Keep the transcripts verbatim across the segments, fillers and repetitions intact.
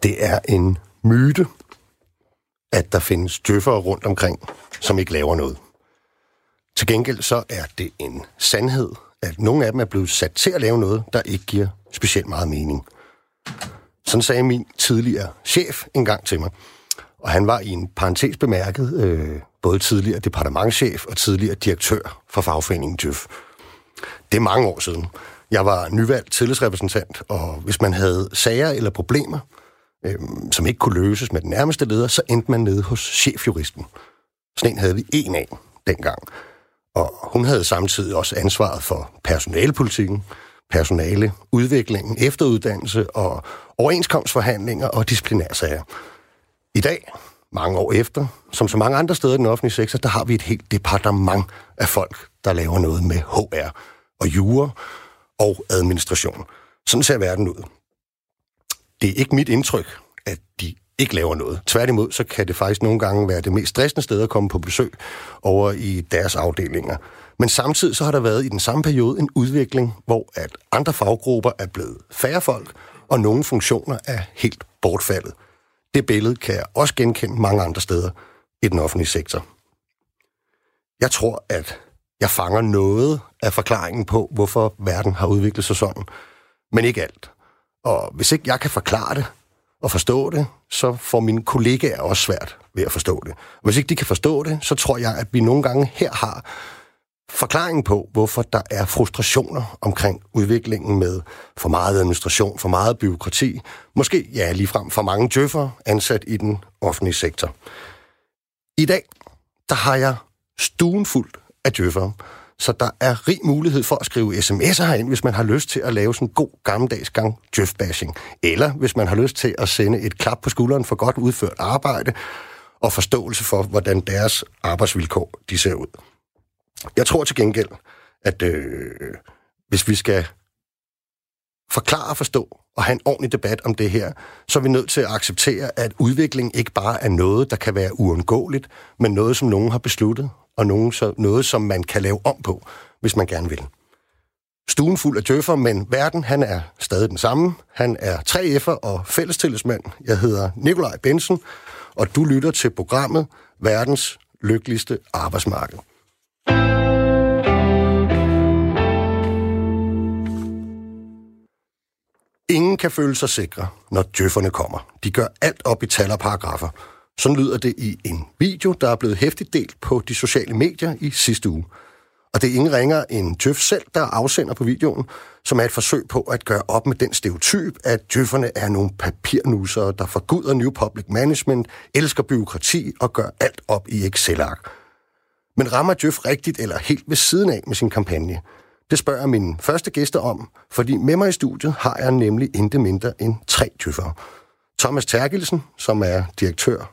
Det er en myte, at der findes djøffere rundt omkring, som ikke laver noget. Til gengæld så er det en sandhed, at nogle af dem er blevet sat til at lave noget, der ikke giver specielt meget mening. Sådan sagde min tidligere chef engang til mig. Og han var i en parentes bemærket øh, både tidligere departementschef og tidligere direktør for fagforeningen Djøf. Det er mange år siden. Jeg var nyvalgt tillidsrepræsentant, og hvis man havde sager eller problemer, øh, som ikke kunne løses med den nærmeste leder, så endte man nede hos chefjuristen. Sådan en havde vi en af dengang. Og hun havde samtidig også ansvaret for personalepolitikken, personaleudviklingen, efteruddannelse og overenskomstforhandlinger og disciplinærsager. I dag, mange år efter, som så mange andre steder i den offentlige sektor, der har vi et helt departement af folk, der laver noget med H R og jura og administration. Sådan ser verden ud. Det er ikke mit indtryk, at de ikke laver noget. Tværtimod, så kan det faktisk nogle gange være det mest stressende sted at komme på besøg over i deres afdelinger. Men samtidig så har der været i den samme periode en udvikling, hvor at andre faggrupper er blevet færre folk, og nogle funktioner er helt bortfaldet. Det billede kan jeg også genkende mange andre steder i den offentlige sektor. Jeg tror, at jeg fanger noget af forklaringen på, hvorfor verden har udviklet sig sådan, men ikke alt. Og hvis ikke jeg kan forklare det og forstå det, så får mine kollegaer også svært ved at forstå det. Og hvis ikke de kan forstå det, så tror jeg, at vi nogle gange her har forklaringen på, hvorfor der er frustrationer omkring udviklingen med for meget administration, for meget byråkrati, måske ja ligefrem for mange djøffere ansat i den offentlige sektor. I dag, der har jeg stuen fuldt af djøffere, så der er rig mulighed for at skrive sms'er herind, hvis man har lyst til at lave sådan en god gammeldags gang djøf-bashing, eller hvis man har lyst til at sende et klap på skulderen for godt udført arbejde og forståelse for, hvordan deres arbejdsvilkår de ser ud. Jeg tror til gengæld, at øh, hvis vi skal forklare og forstå og have en ordentlig debat om det her, så er vi nødt til at acceptere, at udvikling ikke bare er noget, der kan være uundgåeligt, men noget, som nogen har besluttet, og nogen, så, noget, som man kan lave om på, hvis man gerne vil. Stuen fuld af djøffer, men verden, han er stadig den samme. Han er tre F'er og fællestillidsmand. Jeg hedder Nikolaj Bentzen, og du lytter til programmet Verdens Lykkeligste Arbejdsmarked. Ingen kan føle sig sikre, når djøfferne kommer. De gør alt op i tal og paragrafer. Sådan lyder det i en video, der er blevet hæftigt delt på de sociale medier i sidste uge. Og det er ingen ringere end Djøf selv, der afsender på videoen, som er et forsøg på at gøre op med den stereotyp, at djøfferne er nogle papirnusere, der forguder New Public Management, elsker byråkrati og gør alt op i Excel-ark. Men rammer Djøf rigtigt eller helt ved siden af med sin kampagne? Det spørger jeg mine første gæster om, fordi med mig i studiet har jeg nemlig intet mindre end tre djøffere. Thomas Terkelsen, som er direktør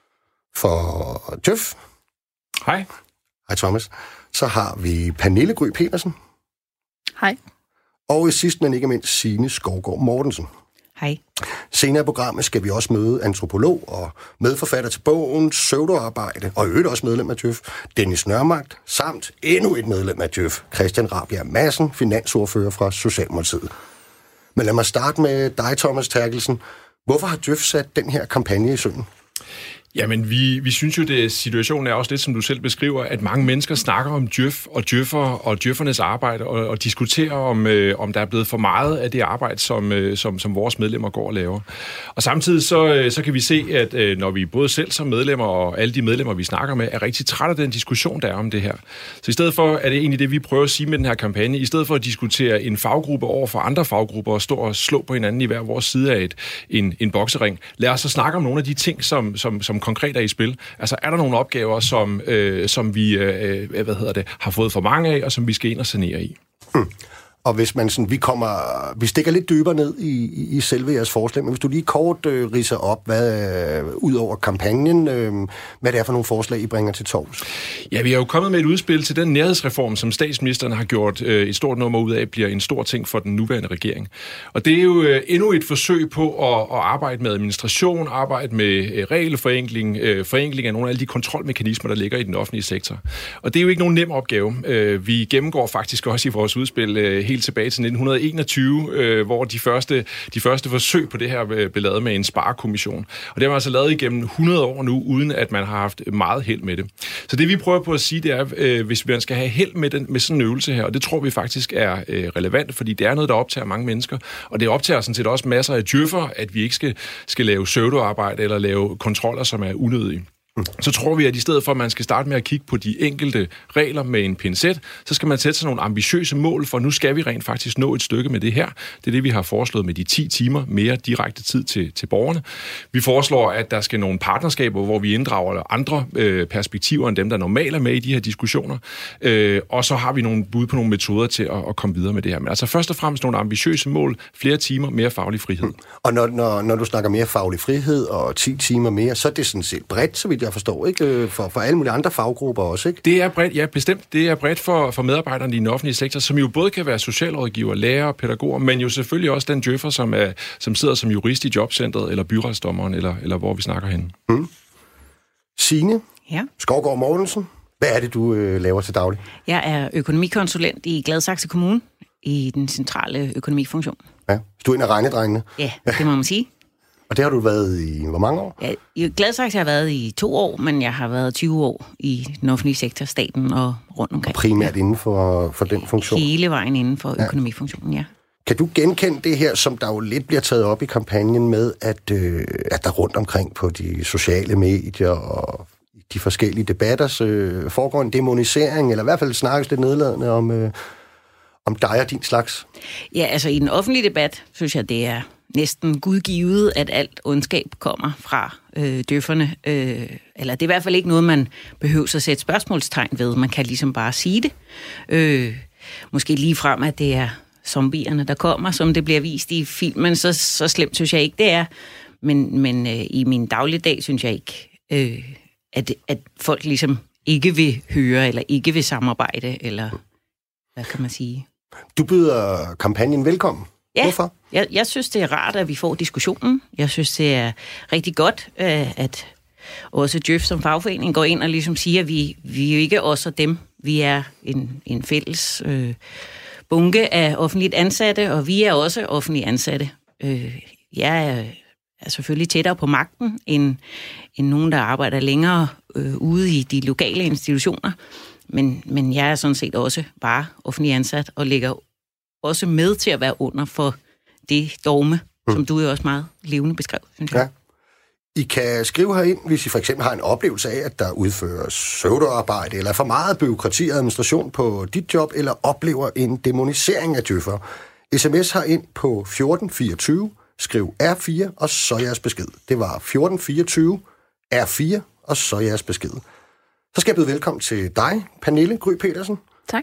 for Djøf. Hej. Hej Thomas. Så har vi Pernille Gry Petersen. Hej. Og i sidst, men ikke mindst, Signe Skovgaard Mortensen. Hej. Senere i programmet skal vi også møde antropolog og medforfatter til bogen Pseudoarbejde, og i øvrigt også medlem af Djøf, Dennis Nørmark, samt endnu et medlem af Djøf, Christian Rabjerg Madsen, finansordfører fra Socialdemokratiet. Men lad mig starte med dig, Thomas Terkelsen. Hvorfor har Djøf sat den her kampagne i søen? Jamen, vi, vi synes jo, at situationen er også lidt, som du selv beskriver, at mange mennesker snakker om djøf og djøffer og djøffernes arbejde, og, og diskuterer, om, øh, om der er blevet for meget af det arbejde, som, øh, som, som vores medlemmer går og laver. Og samtidig så, øh, så kan vi se, at øh, når vi både selv som medlemmer og alle de medlemmer, vi snakker med, er rigtig trætte af den diskussion, der er om det her. Så i stedet for, er det egentlig det, vi prøver at sige med den her kampagne, i stedet for at diskutere en faggruppe over for andre faggrupper og stå og slå på hinanden i hver vores side af et, en, en boksering, lad os så snakke om nogle af de ting, som, som, som konkret er i spil. Altså, er der nogle opgaver, som, øh, som vi øh, hvad hedder det, har fået for mange af, og som vi skal ind og sanere i? Hmm. Og hvis man sådan, vi kommer, vi stikker lidt dybere ned i, i, i selve jeres forslag, men hvis du lige kort øh, ridser op, hvad øh, ud over kampagnen, øh, hvad det er for nogle forslag, I bringer til torvs? Ja, vi er jo kommet med et udspil til den nærhedsreform, som statsministeren har gjort øh, et stort nummer ud af, bliver en stor ting for den nuværende regering. Og det er jo øh, endnu et forsøg på at, at arbejde med administration, arbejde med øh, regelforenkling, øh, forenkling af nogle af alle de kontrolmekanismer, der ligger i den offentlige sektor. Og det er jo ikke nogen nem opgave. Øh, vi gennemgår faktisk også i vores udspil øh, helt tilbage til nitten enogtyve, øh, hvor de første, de første forsøg på det her blev lavet med en sparekommission. Og det har man altså lavet igennem hundrede år nu, uden at man har haft meget held med det. Så det vi prøver på at sige, det er, øh, hvis man skal have held med, den, med sådan en øvelse her, og det tror vi faktisk er øh, relevant, fordi det er noget, der optager mange mennesker, og det optager sådan set også masser af djøffer, at vi ikke skal, skal lave pseudoarbejde eller lave kontroller, som er unødige. Så tror vi, at i stedet for, at man skal starte med at kigge på de enkelte regler med en pincet, så skal man sætte sig nogle ambitiøse mål, for nu skal vi rent faktisk nå et stykke med det her. Det er det, vi har foreslået med de ti timer mere direkte tid til, til borgerne. Vi foreslår, at der skal nogle partnerskaber, hvor vi inddrager andre øh, perspektiver end dem, der normalt er med i de her diskussioner. Øh, og så har vi nogle bud på nogle metoder til at, at komme videre med det her. Men altså først og fremmest nogle ambitiøse mål, flere timer, mere faglig frihed. Og når, når, når du snakker mere faglig frihed og ti timer mere, så er det sådan set bredt, så vidt jeg forstår, ikke? For, for alle mulige andre faggrupper også, ikke? Det er bredt, ja, bestemt. Det er bredt for, for medarbejderne i den offentlige sektor, som jo både kan være socialrådgiver, lærere, pædagoger, men jo selvfølgelig også den djøffer, som, er, som sidder som jurist i jobcentret, eller byretsdommeren, eller, eller hvor vi snakker henne. Mm. Signe ja. Skovgaard Mortensen, hvad er det, du øh, laver til daglig? Jeg er økonomikonsulent i Gladsaxe Kommune, i den centrale økonomifunktion. Ja, du er en af regnedrengene. Ja, det må man sige. Og det har du været i hvor mange år? Ja, i Gladsaxe har jeg været i to år, men jeg har været tyve år i den offentlige sektor, staten og rundt omkring. Og primært inden for, for den funktion? Hele vejen inden for ja. økonomifunktionen, ja. Kan du genkende det her, som der jo lidt bliver taget op i kampagnen med, at, øh, at der rundt omkring på de sociale medier og de forskellige debatter øh, foregår en demonisering, eller i hvert fald snakkes lidt nedladende om, øh, om dig og din slags? Ja, altså i den offentlige debat, synes jeg, det er næsten gudgivet, at alt ondskab kommer fra øh, djøfferne. Øh, eller det er i hvert fald ikke noget, man behøver at sætte spørgsmålstegn ved. Man kan ligesom bare sige det. Øh, måske lige frem, at det er zombierne, der kommer, som det bliver vist i filmen, så, så slemt synes jeg ikke, det er. Men, men øh, i min dagligdag synes jeg ikke, øh, at, at folk ligesom ikke vil høre, eller ikke vil samarbejde, eller hvad kan man sige? Du byder kampagnen velkommen. Ja, hvorfor? Jeg, jeg synes, det er rart, at vi får diskussionen. Jeg synes, det er rigtig godt, at også Djøf som fagforening går ind og ligesom siger, at vi, vi er jo ikke os og dem. Vi er en, en fælles øh, bunke af offentligt ansatte, og vi er også offentligt ansatte. Øh, jeg er, er selvfølgelig tættere på magten end, end nogen, der arbejder længere øh, ude i de lokale institutioner. Men, men jeg er sådan set også bare offentligt ansat og ligger også med til at være under for det dogme, mm. som du jo også meget levende beskrev, synes jeg. Ja. I kan skrive herind, hvis I for eksempel har en oplevelse af, at der udføres pseudoarbejde, eller for meget bureaukrati og administration på dit job, eller oplever en demonisering af djøffer. Sms herind på fjorten fireogtyve, skriv R fire, og så jeres besked. Det var fjorten fireogtyve, R fire, og så jeres besked. Så skal jeg byde velkommen til dig, Pernille Gry Petersen. Tak.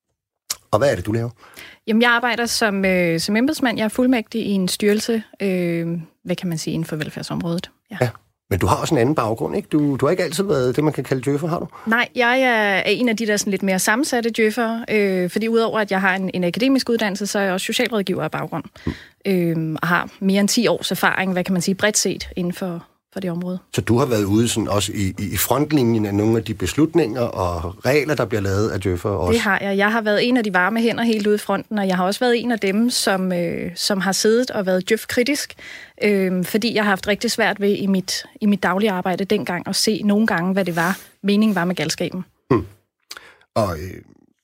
Og hvad er det, du laver? Jamen, jeg arbejder som, øh, som embedsmand. Jeg er fuldmægtig i en styrelse, øh, hvad kan man sige, inden for velfærdsområdet. Ja. ja. Men du har også en anden baggrund, ikke? Du, du har ikke altid været det, man kan kalde djøffer, har du? Nej, jeg er en af de der sådan lidt mere sammensatte djøffer, øh, fordi udover at jeg har en, en akademisk uddannelse, så er jeg også socialrådgiver af baggrund. Mm. Øh, og har mere end ti års erfaring, hvad kan man sige, bredt set inden for for det område. Så du har været ude sådan også i, i frontlinjen af nogle af de beslutninger og regler, der bliver lavet af djøffer også? Det har jeg. Jeg har været en af de varme hænder helt ude i fronten, og jeg har også været en af dem, som, øh, som har siddet og været djøf-kritisk, øh, fordi jeg har haft rigtig svært ved i mit, i mit daglige arbejde dengang at se nogle gange, hvad det var, meningen var med galskaben. Hmm. Og øh,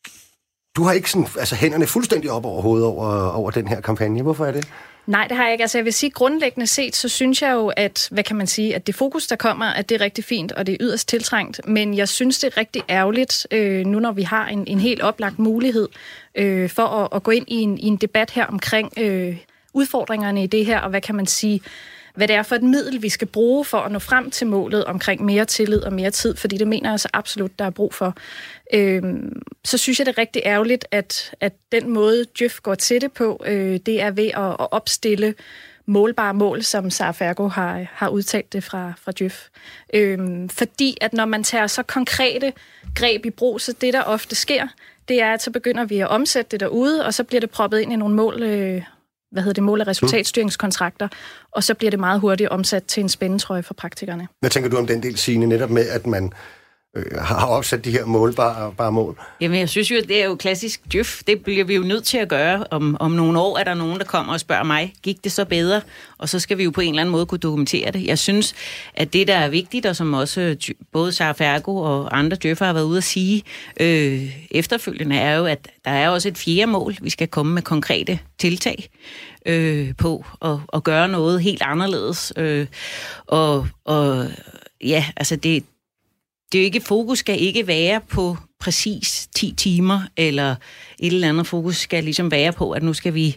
du har ikke sådan, altså hænderne fuldstændig op over hovedet over, over den her kampagne. Hvorfor er det? Nej, det har jeg ikke. Altså, jeg vil sige, grundlæggende set, så synes jeg jo, at, hvad kan man sige, at det fokus, der kommer, at det er rigtig fint, og det er yderst tiltrængt. Men jeg synes, det er rigtig ærgerligt, øh, nu når vi har en, en helt oplagt mulighed øh, for at, at gå ind i en, i en debat her omkring øh, udfordringerne i det her, og hvad kan man sige, hvad det er for et middel, vi skal bruge for at nå frem til målet omkring mere tillid og mere tid, fordi det mener jeg så absolut, der er brug for. Øhm, så synes jeg, det er rigtig ærgerligt, at, at den måde, Djøf går til det på, øh, det er ved at, at opstille målbare mål, som Sara Fergo har, har udtalt det fra, fra Djøf. Øhm, fordi at når man tager så konkrete greb i brug, så det, der ofte sker, det er, at så begynder vi at omsætte det derude, og så bliver det proppet ind i nogle mål, øh, hvad hedder det, mål- og resultatstyringskontrakter, og så bliver det meget hurtigt omsat til en spændetrøje for praktikerne. Hvad tænker du om den del, Signe, netop med, at man øh, har opsat de her målbare bare mål? Jamen, jeg synes jo, det er jo klassisk djøf. Det bliver vi jo nødt til at gøre. Om, om nogle år er der nogen, der kommer og spørger mig, gik det så bedre? Og så skal vi jo på en eller anden måde kunne dokumentere det. Jeg synes, at det, der er vigtigt, og som også både Sara Fergo og andre djøffer har været ude at sige øh, efterfølgende, er jo, at der er også et fjerde mål. Vi skal komme med konkrete tiltag øh, på og, og gøre noget helt anderledes. Øh, og, og ja, altså det... Det er jo ikke, fokus skal ikke være på præcis ti timer, eller et eller andet fokus skal ligesom være på, at nu skal vi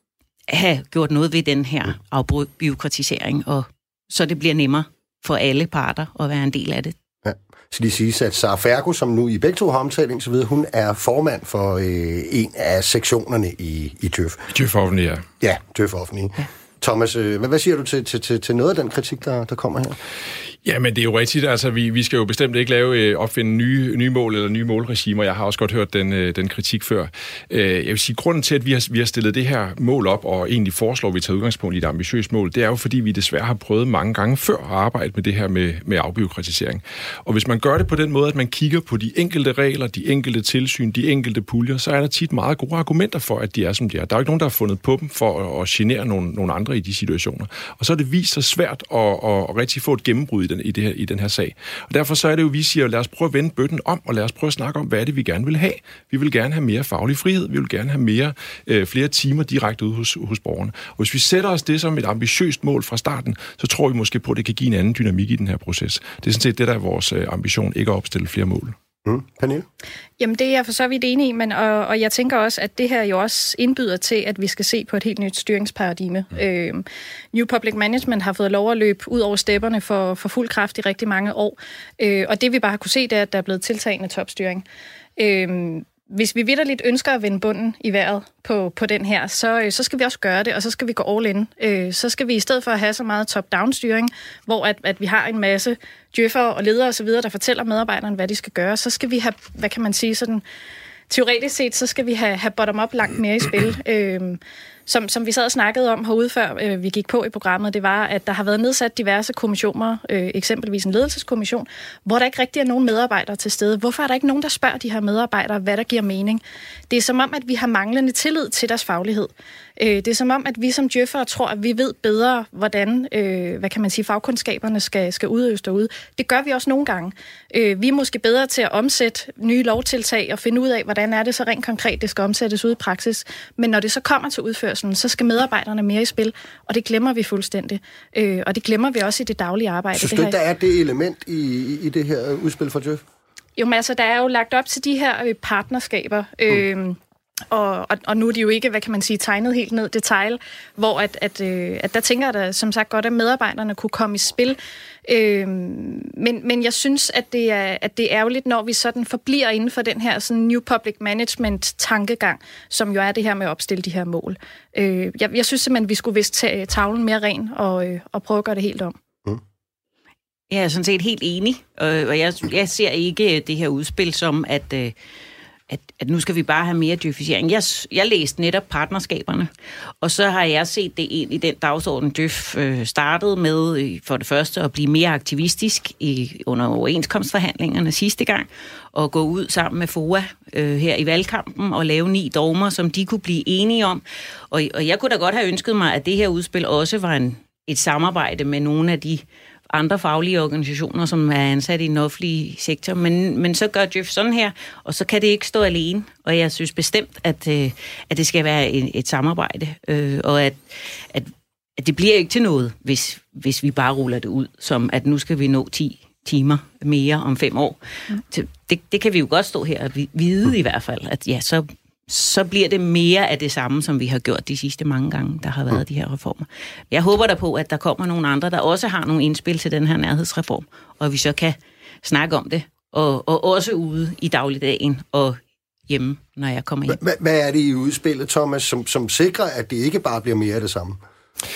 have gjort noget ved den her afbureaukratisering, og så det bliver nemmere for alle parter at være en del af det. Ja. Så de siger, at Sara Fergo, som nu i begge to har omtalt, så videre, hun er formand for øh, en af sektionerne i, i djøf. djøf Offentlig, ja. Ja, djøf Offentlig. Ja. Thomas, øh, hvad, hvad siger du til, til, til, til noget af den kritik, der, der kommer her? Ja, men det er jo rigtigt. Altså, vi, vi skal jo bestemt ikke lave, opfinde nye, nye mål eller nye målregimer. Jeg har også godt hørt den, den kritik før. Jeg vil sige, grunden til, at vi har, vi har stillet det her mål op, og egentlig foreslår, at vi tager udgangspunkt i et ambitiøst mål, det er jo, fordi vi desværre har prøvet mange gange før at arbejde med det her med, med afbureaukratisering. Og hvis man gør det på den måde, at man kigger på de enkelte regler, de enkelte tilsyn, de enkelte puljer, så er der tit meget gode argumenter for, at de er, som de er. Der er jo ikke nogen, der har fundet på dem for at, at genere nogle, nogle andre i de situationer. Og så er det vist så svært at, at, at rigtig få et gennembrud i den, i det her, i den her sag. Og derfor så er det jo, vi siger, lad os prøve at vende bøtten om, og lad os prøve at snakke om, hvad er det, vi gerne vil have. Vi vil gerne have mere faglig frihed, vi vil gerne have mere, øh, flere timer direkte ude hos, hos borgerne. Og hvis vi sætter os det som et ambitiøst mål fra starten, så tror vi måske på, at det kan give en anden dynamik i den her proces. Det er sådan set det, der er vores øh, ambition, ikke at opstille flere mål. Mm. Pernille? Jamen, det er jeg for så vidt enig i, men, og, og jeg tænker også, at det her jo også indbyder til, at vi skal se på et helt nyt styringsparadigme. Mm. Øh, New Public Management har fået lov at løbe ud over stepperne for, for fuld kraft i rigtig mange år, øh, og det vi bare har kunne se, det er, at der er blevet tiltagende topstyring. Øh, Hvis vi vitterligt ønsker at vende bunden i vejret på, på den her, så, så skal vi også gøre det, og så skal vi gå all in. Øh, så skal vi i stedet for at have så meget top-down-styring, hvor at, at vi har en masse djøffer og ledere osv., der fortæller medarbejderne, hvad de skal gøre, så skal vi have, hvad kan man sige, sådan teoretisk set, så skal vi have, have bottom-up langt mere i spil. Øh, Som, som vi sad og snakkede om herude før øh, vi gik på i programmet, det var, at der har været nedsat diverse kommissioner, øh, eksempelvis en ledelseskommission, hvor der ikke rigtig er nogen medarbejdere til stede. Hvorfor er der ikke nogen, der spørger de her medarbejdere, hvad der giver mening? Det er som om, at vi har manglende tillid til deres faglighed. Øh, det er som om, at vi som djøffere tror, at vi ved bedre, hvordan øh, hvad kan man sige, fagkundskaberne skal, skal udøves derude. Det gør vi også nogle gange. Øh, vi er måske bedre til at omsætte nye lovtiltag og finde ud af, hvordan er det så rent konkret, det skal omsættes ud i praksis. Men når det så kommer til udførelsen, så skal medarbejderne mere i spil, og det glemmer vi fuldstændig. Øh, og det glemmer vi også i det daglige arbejde. Synes du ikke, der er det element i, i det her udspil for djøf? Jo, men altså, der er jo lagt op til de her partnerskaber, øh, mm. Og, og, og nu er de jo ikke, hvad kan man sige, tegnet helt ned detail, hvor at, at, øh, at der tænker jeg da, som sagt godt, at medarbejderne kunne komme i spil. Øh, men, men jeg synes, at det, er, at det er ærgerligt, når vi sådan forbliver inden for den her sådan New Public Management-tankegang, som jo er det her med at opstille de her mål. Øh, jeg, jeg synes simpelthen, vi skulle vist tage tavlen mere ren og, øh, og prøve at gøre det helt om. Mm. Jeg er sådan set helt enig, og jeg, jeg ser ikke det her udspil som, at... Øh, At, at nu skal vi bare have mere djøfisering. Jeg, jeg læste netop partnerskaberne, og så har jeg set det ind i den dagsorden, djøf øh, startede med øh, for det første at blive mere aktivistisk i, under overenskomstforhandlingerne sidste gang, og gå ud sammen med F O A øh, her i valgkampen og lave ni dogmer, som de kunne blive enige om. Og, og jeg kunne da godt have ønsket mig, at det her udspil også var en, et samarbejde med nogle af de andre faglige organisationer, som er ansat i den offentlige sektor, men, men så gør djøf sådan her, og så kan det ikke stå alene, og jeg synes bestemt, at, øh, at det skal være et, et samarbejde, øh, og at, at, at det bliver ikke til noget, hvis, hvis vi bare ruller det ud, som at nu skal vi nå ti timer mere om fem år. Mm. Det, det kan vi jo godt stå her og vide i hvert fald, at ja, så så bliver det mere af det samme, som vi har gjort de sidste mange gange, der har været mm. de her reformer. Jeg håber da på, at der kommer nogle andre, der også har nogle indspil til den her nærhedsreform, og vi så kan snakke om det, og, og også ude i dagligdagen og hjemme, når jeg kommer hjem. Hvad er det i udspillet, Thomas, som, som sikrer, at det ikke bare bliver mere af det samme?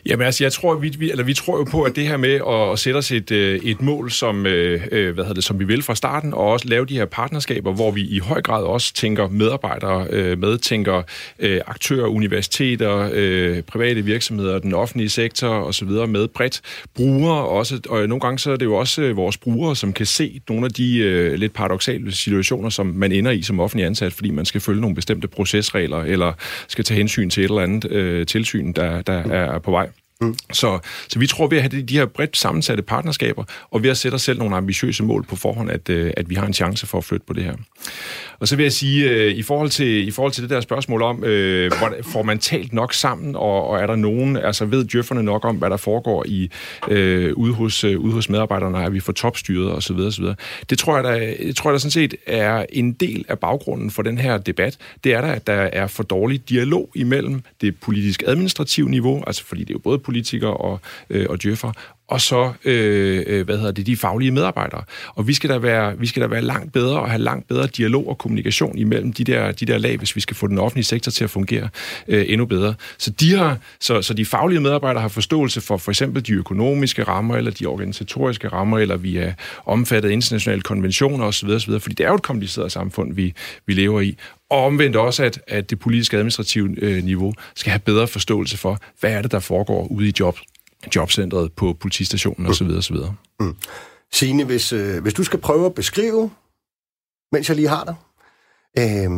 Jamen altså, jeg tror, vi, vi, eller vi tror jo på, at det her med at, at sætte os et, et mål, som, øh, hvad hedder det, som vi vil fra starten, og også lave de her partnerskaber, hvor vi i høj grad også tænker medarbejdere øh, med, tænker øh, aktører, universiteter, øh, private virksomheder, den offentlige sektor osv. med bredt. Brugere også, og nogle gange så er det jo også vores brugere, som kan se nogle af de øh, lidt paradoksale situationer, som man ender i som offentlig ansat, fordi man skal følge nogle bestemte procesregler, eller skal tage hensyn til et eller andet øh, tilsyn, der, der er på vej. Mm. Så, så vi tror ved at have de, de her bredt sammensatte partnerskaber, og ved at sætte os selv nogle ambitiøse mål på forhånd, at, at vi har en chance for at flytte på det her. Og så vil jeg sige, i forhold til, i forhold til det der spørgsmål om, øh, får man talt nok sammen, og, og er der nogen, altså ved djøfferne nok om, hvad der foregår i, øh, ude, hos, øh, ude hos medarbejderne, er vi for topstyret osv. osv. Det tror jeg, der, det tror jeg, der sådan set er en del af baggrunden for den her debat. Det er der, at der er for dårlig dialog imellem det politisk-administrative niveau, altså fordi det er jo både politikere og, øh, og djøffer, og så, øh, hvad hedder det, de faglige medarbejdere. Og vi skal da være, vi skal da være langt bedre og have langt bedre dialog og kommunikation imellem de der, de der lag, hvis vi skal få den offentlige sektor til at fungere øh, endnu bedre. Så de, har, så, så de faglige medarbejdere har forståelse for for eksempel de økonomiske rammer, eller de organisatoriske rammer, eller vi er omfattet af internationale konventioner osv., osv., fordi det er jo et kompliceret samfund, vi, vi lever i. Og omvendt også, at, at det politiske administrative øh, niveau skal have bedre forståelse for, hvad er det, der foregår ude i job, jobcentret på politistationen mm. osv. osv. Mm. Signe, hvis, øh, hvis du skal prøve at beskrive, mens jeg lige har dig, øh,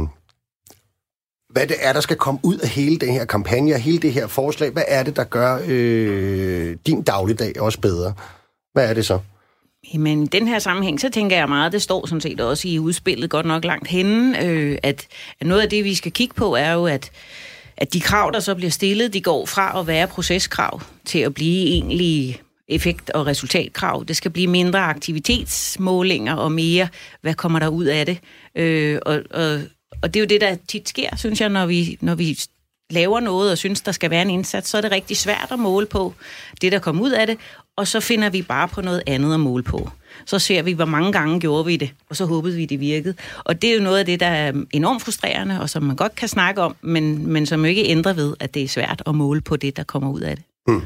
hvad det er, der skal komme ud af hele den her kampagne, hele det her forslag, hvad er det, der gør øh, din dagligdag også bedre? Hvad er det så? Men i den her sammenhæng, så tænker jeg meget, det står sådan set også i udspillet godt nok langt henne, øh, at, at noget af det, vi skal kigge på, er jo, at, at de krav, der så bliver stillet, de går fra at være proceskrav til at blive egentlige effekt- og resultatkrav. Det skal blive mindre aktivitetsmålinger og mere, hvad kommer der ud af det? Øh, og, og, og det er jo det, der tit sker, synes jeg, når vi, når vi laver noget og synes, der skal være en indsats, så er det rigtig svært at måle på det, der kommer ud af det, og så finder vi bare på noget andet at måle på. Så ser vi, hvor mange gange gjorde vi det, og så håbede vi, det virkede. Og det er jo noget af det, der er enormt frustrerende, og som man godt kan snakke om, men, men som ikke ændrer ved, at det er svært at måle på det, der kommer ud af det. Hmm.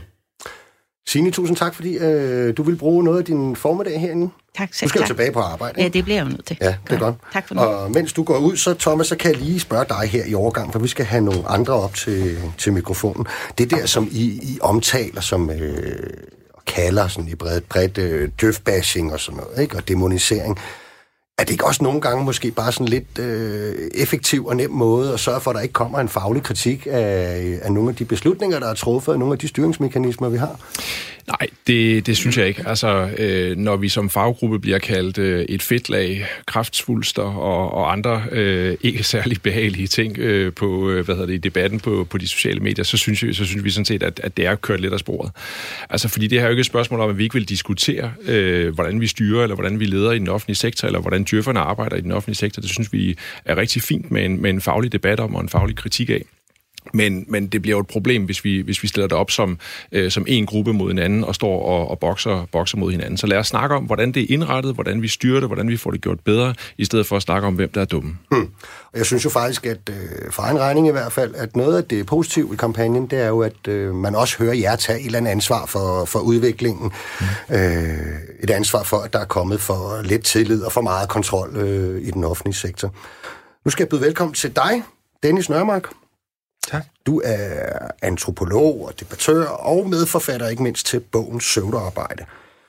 Signe, tusind tak, fordi øh, du vil bruge noget af din formiddag herinde. Tak selv. Du skal tak. jo tilbage på arbejde. Ja, det bliver jeg jo nødt til. Ja, det er godt. Tak for nu. Og mens du går ud, så Thomas, så kan jeg lige spørge dig her i overgang, for vi skal have nogle andre op til, til mikrofonen. Det der, som I, I omtaler, som øh, kalder sådan i bredt, bredt øh, djøf-bashing og sådan noget, ikke? Og demonisering. Er det ikke også nogle gange måske bare sådan lidt øh, effektiv og nem måde at sørge for, at der ikke kommer en faglig kritik af, af nogle af de beslutninger, der er truffet, og nogle af de styringsmekanismer, vi har? Nej, det, det synes jeg ikke. Altså, øh, når vi som faggruppe bliver kaldt øh, et fedtlag, kræftsvulster og, og andre øh, ikke særlig behagelige ting øh, på, øh, hvad hedder det, i debatten på, på de sociale medier, så synes, vi, så synes vi sådan set, at, at det er kørt lidt af sporet. Altså, fordi det her er jo ikke et spørgsmål om, at vi ikke vil diskutere, øh, hvordan vi styrer, eller hvordan vi leder i den offentlige sektor, eller hvordan djøfferne arbejder i den offentlige sektor. Det synes vi er rigtig fint med en, med en faglig debat om og en faglig kritik af. Men, men det bliver jo et problem, hvis vi, hvis vi stiller det op som, øh, som en gruppe mod en anden og står og, og bokser, bokser mod hinanden. Så lad os snakke om, hvordan det er indrettet, hvordan vi styrer det, hvordan vi får det gjort bedre, i stedet for at snakke om, hvem der er dumme. Hmm. Og jeg synes jo faktisk, at øh, for egen regning i hvert fald, at noget af det positive i kampagnen, det er jo, at øh, man også hører jer tage et eller andet ansvar for, for udviklingen. Hmm. Øh, et ansvar for, at der er kommet for lidt tillid og for meget kontrol øh, i den offentlige sektor. Nu skal jeg byde velkommen til dig, Dennis Nørmark. Tak. Du er antropolog og debattør og medforfatter ikke mindst til bogen Pseudoarbejde.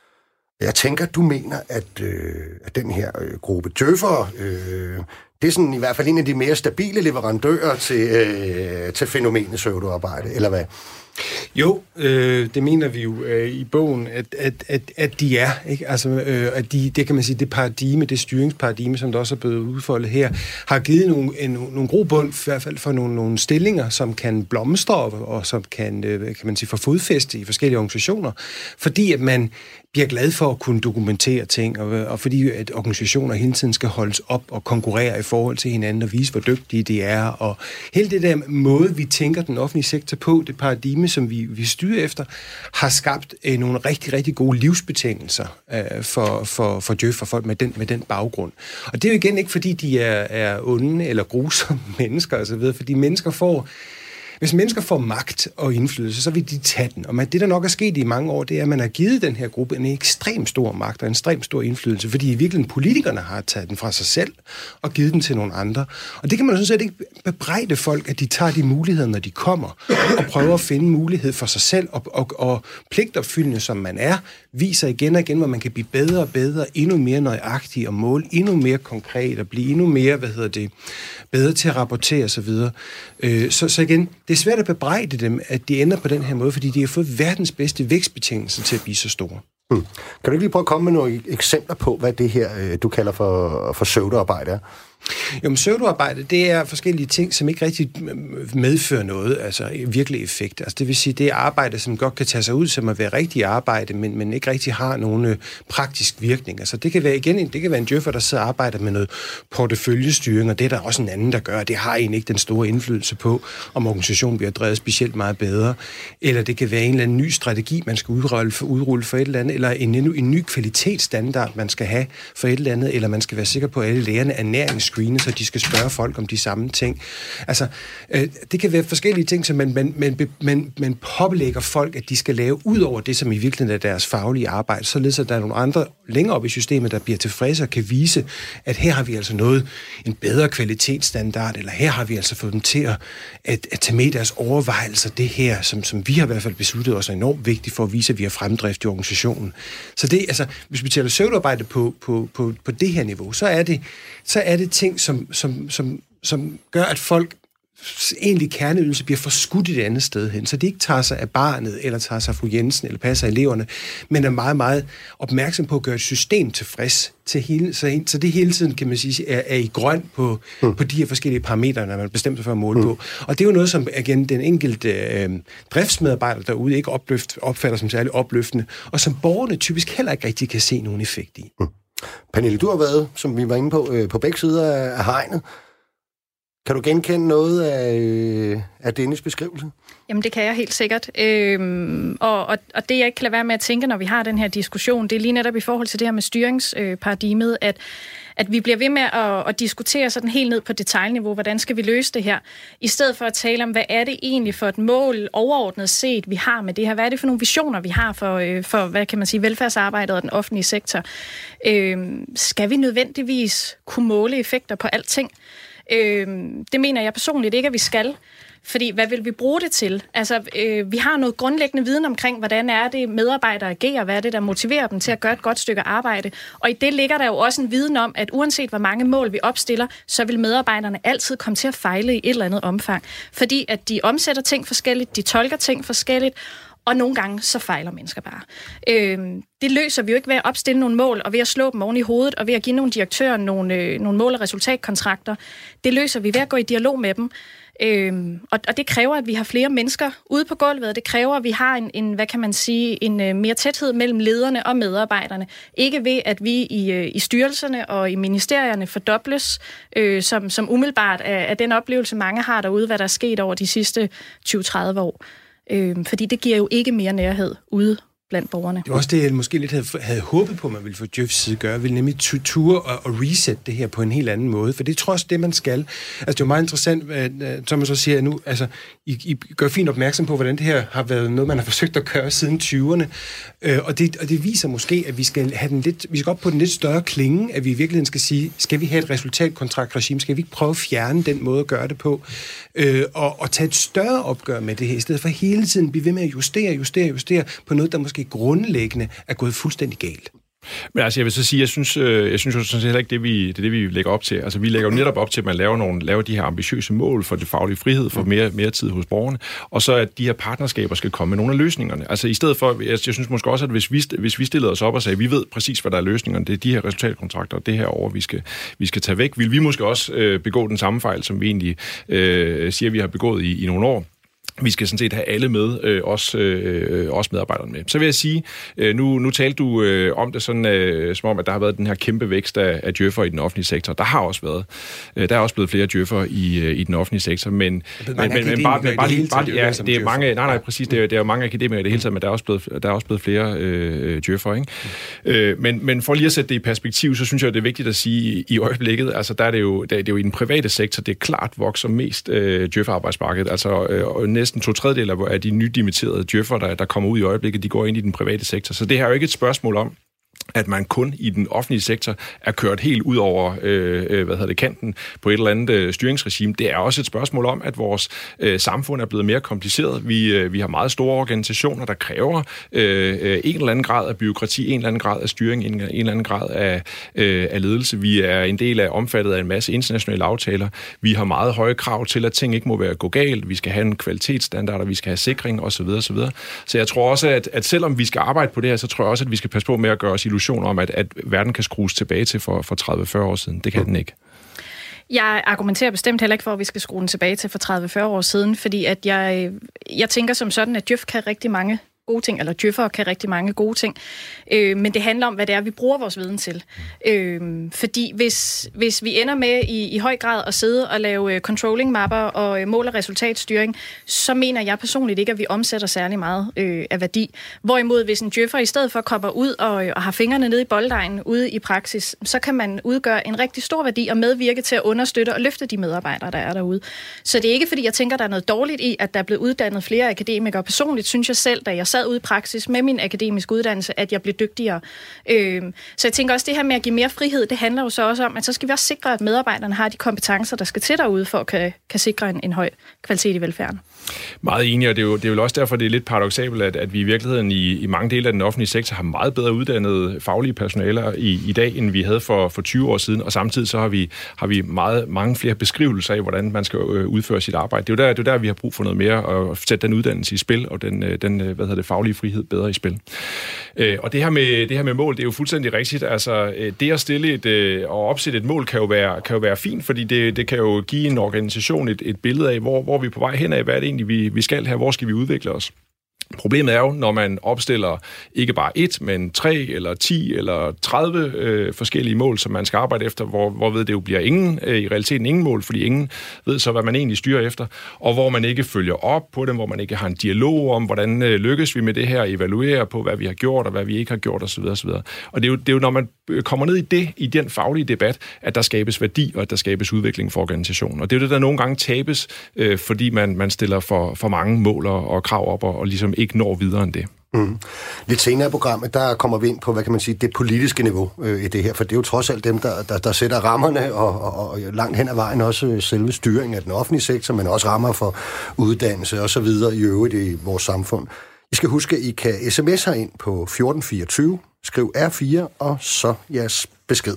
Jeg tænker, du mener, at, øh, at den her øh, gruppe djøffere, øh, det er sådan i hvert fald en af de mere stabile leverandører til, øh, til fænomenet pseudoarbejde, eller hvad? Jo, øh, det mener vi jo øh, i bogen, at, at, at, at de er, ikke? Altså, øh, at de, det kan man sige, det paradigme, det styringsparadigme, som der også er blevet udfoldet her, har givet nogle, en, nogle grobund, i hvert fald for nogle, nogle stillinger, som kan blomstre, og som kan, øh, kan man sige, få fodfæste i forskellige organisationer, fordi at man bliver glad for at kunne dokumentere ting, og, og fordi at organisationer hele tiden skal holdes op og konkurrere i forhold til hinanden og vise, hvor dygtige de er, og hele det der måde, vi tænker den offentlige sektor på, det paradigme, som vi, vi styrer efter, har skabt øh, nogle rigtig, rigtig gode livsbetingelser øh, for, for, for djøf, for folk med den, med den baggrund. Og det er jo igen ikke, fordi de er, er onde eller grusomme mennesker osv., fordi mennesker får hvis mennesker får magt og indflydelse, så vil de tage den. Og man, det, der nok er sket i mange år, det er, at man har givet den her gruppe en ekstremt stor magt og en ekstremt stor indflydelse, fordi i virkeligheden politikerne har taget den fra sig selv og givet den til nogle andre. Og det kan man jo sådan set ikke bebrejde folk, at de tager de muligheder, når de kommer, og prøver at finde mulighed for sig selv, og, og, og pligtopfyldende, som man er, viser igen og igen, hvor man kan blive bedre og bedre, endnu mere nøjagtig og måle, endnu mere konkret og blive endnu mere, hvad hedder det, bedre til at rapportere osv. Øh, så, så igen, det er svært at bebrejde dem, at de ender på den her måde, fordi de har fået verdens bedste vækstbetingelser til at blive så store. Hmm. Kan du ikke lige prøve at komme med nogle eksempler på, hvad det her, du kalder for, for pseudoarbejde er? Jo, men pseudoarbejde, det er forskellige ting, som ikke rigtig medfører noget, altså virkelig effekt. Altså det vil sige, det er arbejde, som godt kan tage sig ud som at være rigtig arbejde, men, men ikke rigtig har nogen øh, praktisk virkning. Altså det kan være igen, det kan være en djøffer, der sidder og arbejder med noget porteføljestyring, og det er der også en anden, der gør. Det har egentlig ikke den store indflydelse på, om organisationen bliver drevet specielt meget bedre. Eller det kan være en eller anden ny strategi, man skal udrulle for, udrulle for et eller andet, eller en, en ny kvalitetsstandard, man skal have for et eller andet, eller man skal være sikker på, at alle lærerne er ernærings så de skal spørge folk om de samme ting. Altså, øh, det kan være forskellige ting, som man, man, man, man, man pålægger folk, at de skal lave ud over det, som i virkeligheden er deres faglige arbejde, således at der er nogle andre længere op i systemet, der bliver tilfredse og kan vise, at her har vi altså noget, en bedre kvalitetsstandard, eller her har vi altså fået dem til at, at, at tage med deres overvejelser, det her, som, som vi har i hvert fald besluttet os er enormt vigtigt for at vise, at vi har fremdrift i organisationen. Så det, altså, hvis vi taler pseudoarbejde på, på, på, på det her niveau, så er det, så er det ting, Som, som, som, som gør, at folk egentlig kerneydelse bliver forskudt et andet sted hen, så de ikke tager sig af barnet, eller tager sig af fru Jensen, eller passer eleverne, men er meget, meget opmærksom på at gøre et system tilfreds til hele, så, så det hele tiden, kan man sige, er, er i grøn på, mm. på de her forskellige parametre, når man bestemmer sig for at måle mm. på. Og det er jo noget, som igen, den enkelte øh, driftsmedarbejder derude ikke opløft, opfatter som særlig opløftende, og som borgerne typisk heller ikke rigtig kan se nogen effekt i. Mm. Pernille, du har været, som vi var inde på, øh, på begge sider af hegnet. Kan du genkende noget af, øh, af Dennis beskrivelse? Jamen, det kan jeg helt sikkert. Øhm, og, og, og det, jeg ikke kan lade være med at tænke, når vi har den her diskussion, det er lige netop i forhold til det her med styringsparadigmet, at, at vi bliver ved med at, at diskutere sådan helt ned på detaljniveau, hvordan skal vi løse det her, i stedet for at tale om, hvad er det egentlig for et mål overordnet set, vi har med det her? Hvad er det for nogle visioner, vi har for, øh, for hvad kan man sige, velfærdsarbejdet og den offentlige sektor? Øhm, skal vi nødvendigvis kunne måle effekter på alting? Øhm, det mener jeg personligt ikke, at vi skal. Fordi hvad vil vi bruge det til? Altså, øh, vi har noget grundlæggende viden omkring, hvordan er det medarbejdere agerer, hvad er det, der motiverer dem til at gøre et godt stykke arbejde. Og i det ligger der jo også en viden om, at uanset hvor mange mål vi opstiller, så vil medarbejderne altid komme til at fejle i et eller andet omfang. Fordi at de omsætter ting forskelligt, de tolker ting forskelligt, og nogle gange så fejler mennesker bare. Øh, det løser vi jo ikke ved at opstille nogle mål, og ved at slå dem oven i hovedet, og ved at give nogle direktører nogle, øh, nogle mål- og resultatkontrakter. Det løser vi ved at gå i dialog med dem. Øhm, og, og det kræver, at vi har flere mennesker ude på gulvet, og det kræver, at vi har en, en hvad kan man sige, en uh, mere tæthed mellem lederne og medarbejderne. Ikke ved, at vi i, uh, i styrelserne og i ministerierne fordobles, øh, som, som umiddelbart af, af den oplevelse, mange har derude, hvad der er sket over de sidste tyve til tredive år. Øhm, fordi det giver jo ikke mere nærhed ude blandt borgerne. Det var også det, jeg måske lidt havde, havde håbet på, man ville få Djøfs side gøre, ville nemlig ture og, og reset det her på en helt anden måde, for det er trods det, man skal. Altså, det er jo meget interessant, at, som man så siger nu, altså, I, I gør fint opmærksom på, hvordan det her har været noget, man har forsøgt at gøre siden tyverne, øh, og, det, og det viser måske, at vi skal have den lidt, vi skal op på den lidt større klinge, at vi i virkeligheden skal sige, skal vi have et resultatkontraktregime, skal vi ikke prøve at fjerne den måde at gøre det på, øh, og, og tage et større opgør med det her, i stedet for hele tiden blive ved med at justere, justere, justere på noget, der måske grundlæggende er gået fuldstændig galt. Men altså, jeg vil så sige, jeg synes, øh, jeg synes jo sådan set heller ikke, det, vi, det er det, vi lægger op til. Altså, vi lægger jo netop op til, at man laver, nogle, laver de her ambitiøse mål for det faglige frihed, for mere, mere tid hos borgerne, og så at de her partnerskaber skal komme med nogle af løsningerne. Altså, i stedet for, jeg, jeg synes måske også, at hvis vi, hvis vi stillede os op og sagde, at vi ved præcis, hvad der er løsningerne, det er de her resultatkontrakter, og det her over, vi skal, vi skal tage væk, vil vi måske også øh, begå den samme fejl, som vi egentlig øh, siger, vi har begået i, i nogle år. Vi skal sådan set have alle med, øh, også, øh, også medarbejderne med. Så vil jeg sige, øh, nu, nu talte du øh, om det sådan, øh, som om, at der har været den her kæmpe vækst af, af djøffer i den offentlige sektor. Der har også været. Øh, der er også blevet flere djøffer i, øh, i den offentlige sektor, men, men, men, men bare, men bare, det bare, ja, det er mange, nej, nej, præcis, det er, det er jo mange akademikere i det hele taget, men der er også blevet, der er også blevet flere øh, djøffer, ikke? Mm. Øh, men, men for lige at sætte det i perspektiv, så synes jeg, det er vigtigt at sige i øjeblikket, altså der er det jo, der, det er jo i den private sektor, det er klart vokser mest øh, djøfferarbejdsmarkedet, altså øh, næsten to tredjedel af de nydimitterede djøffer, der, der kommer ud i øjeblikket, de går ind i den private sektor. Så det her er jo ikke et spørgsmål om, at man kun i den offentlige sektor er kørt helt ud over øh, hvad hedder det, kanten på et eller andet øh, styringsregime. Det er også et spørgsmål om, at vores øh, samfund er blevet mere kompliceret. Vi, øh, vi har meget store organisationer, der kræver øh, en eller anden grad af byråkrati, en eller anden grad af styring, en, en eller anden grad af, øh, af ledelse. Vi er en del af omfattet af en masse internationale aftaler. Vi har meget høje krav til, at ting ikke må være gå galt. Vi skal have en kvalitetsstandard, og vi skal have sikring osv. osv. Så jeg tror også, at, at selvom vi skal arbejde på det her, så tror jeg også, at vi skal passe på med at gøre os illusioner om, at, at verden kan skrues tilbage til for, for tredive til fyrre år siden. Det kan den ikke. Jeg argumenterer bestemt heller ikke for, at vi skal skrue den tilbage til for tredive til fyrre år siden, fordi at jeg, jeg tænker som sådan, at djøf kan rigtig mange gode ting, eller djøffere kan rigtig mange gode ting. Øh, men det handler om, hvad det er, vi bruger vores viden til. Øh, fordi hvis, hvis vi ender med i, i høj grad at sidde og lave controlling-mapper og mål- og resultatstyring, så mener jeg personligt ikke, at vi omsætter særlig meget øh, af værdi. Hvorimod, hvis en djøffer i stedet for kommer ud og, og har fingrene nede i bolddejen ude i praksis, så kan man udgøre en rigtig stor værdi og medvirke til at understøtte og løfte de medarbejdere, der er derude. Så det er ikke, fordi jeg tænker, der er noget dårligt i, at der er blevet uddannet flere akademikere. Personligt synes jeg selv, da jeg sad ude i praksis med min akademiske uddannelse, at jeg blev dygtigere. Øh, så jeg tænker også, det her med at give mere frihed, det handler jo så også om, at så skal vi også sikre, at medarbejderne har de kompetencer, der skal til derude, for at kan, kan sikre en, en høj kvalitet i velfærden. Meget enig, og det er jo, det er jo også derfor, det er lidt paradoksabelt, at, at vi i virkeligheden i, i mange dele af den offentlige sektor har meget bedre uddannede faglige personaler i, i dag, end vi havde for, for tyve år siden, og samtidig så har vi, har vi meget, mange flere beskrivelser af, hvordan man skal udføre sit arbejde. Det er jo der, det er der vi har brug for noget mere, og sætte den uddannelse i spil, og den, den hvad hedder det, faglige frihed bedre i spil. Og det her med, det her med mål, det er jo fuldstændig rigtigt. Altså, det at stille et, og opsætte et mål kan jo være, kan jo være fint, fordi det, det kan jo give en organisation et, et billede af, hvor, hvor vi er på vej hen af, hvad er det egentlig, vi, vi skal her, hvor skal vi udvikle os. Problemet er jo, når man opstiller ikke bare et, men tre eller ti eller tredive øh, forskellige mål, som man skal arbejde efter, hvor, hvor ved det jo bliver ingen, øh, i realiteten ingen mål, fordi ingen ved så, hvad man egentlig styrer efter, og hvor man ikke følger op på dem, hvor man ikke har en dialog om, hvordan øh, lykkes vi med det her, evaluere på, hvad vi har gjort, og hvad vi ikke har gjort, osv. osv. Og det er, jo, det er jo, når man kommer ned i det, i den faglige debat, at der skabes værdi, og at der skabes udvikling for organisationen. Og det er jo det, der nogle gange tabes, øh, fordi man, man stiller for, for mange mål og, og krav op, og, og ligesom ikke når videre end det. Mm. Lidt senere i programmet, der kommer vi ind på, hvad kan man sige, det politiske niveau øh, i det her, for det er jo trods alt dem, der, der, der sætter rammerne, og, og, og langt hen ad vejen også selve styringen af den offentlige sektor, men også rammer for uddannelse og så videre i øvrigt i vores samfund. I skal huske, at I kan sms'e ind på fjorten fireogtyve, skriv R fire, og så jeres besked.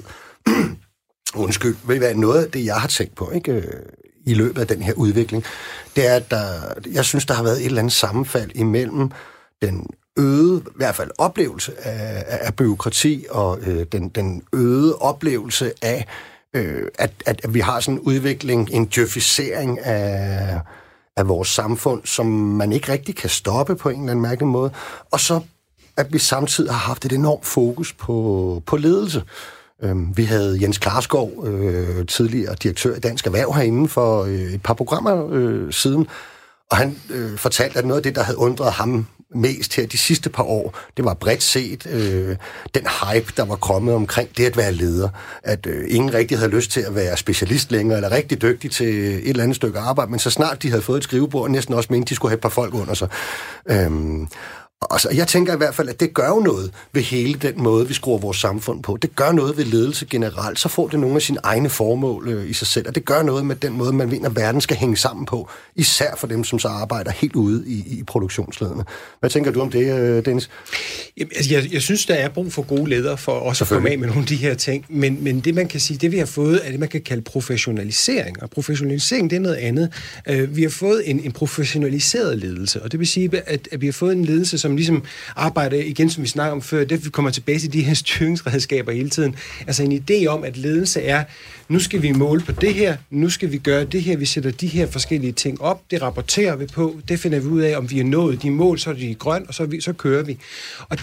Undskyld, ved I hvad, noget af det, jeg har tænkt på, ikke, i løbet af den her udvikling, det er, at der, jeg synes, der har været et eller andet sammenfald imellem den øgede, i hvert fald oplevelse af, af bureaukrati, og øh, den, den øgede oplevelse af, øh, at, at, at vi har sådan en udvikling, en djøfisering af, af vores samfund, som man ikke rigtig kan stoppe på en eller anden mærkelig måde, og så at vi samtidig har haft et enormt fokus på, på ledelse. Vi havde Jens Klarskov, øh, tidligere direktør i Dansk Erhverv herinde for øh, et par programmer øh, siden, og han øh, fortalte, at noget af det, der havde undret ham mest her de sidste par år, det var bredt set øh, den hype, der var kommet omkring det at være leder. At øh, ingen rigtig havde lyst til at være specialist længere, eller rigtig dygtig til et eller andet stykke arbejde, men så snart de havde fået et skrivebord, næsten også mente, de skulle have et par folk under sig. Øhm, Og så, jeg tænker i hvert fald, at det gør jo noget ved hele den måde, vi skruer vores samfund på. Det gør noget ved ledelse generelt. Så får det nogle af sine egne formål øh, i sig selv. Og det gør noget med den måde, man mener, at verden skal hænge sammen på. Især for dem, som så arbejder helt ude i, i produktionslederne. Hvad tænker du om det, øh, Dennis? Jamen, altså, jeg, jeg synes, der er brug for gode ledere for også at komme af med nogle af de her ting. Men, men det, man kan sige, det vi har fået, er det, man kan kalde professionalisering. Og professionalisering, det er noget andet. Uh, vi har fået en, en professionaliseret ledelse. Og det vil sige, at, at vi har fået en ledelse, som ligesom arbejder, igen som vi snakker om før, det vi kommer tilbage til de her styringsredskaber hele tiden. Altså en idé om, at ledelse er, nu skal vi måle på det her, nu skal vi gøre det her, vi sætter de her forskellige ting op, det rapporterer vi på, det finder vi ud af, om vi har nået de mål, så er de grøn, og så, vi, så kører vi. Og det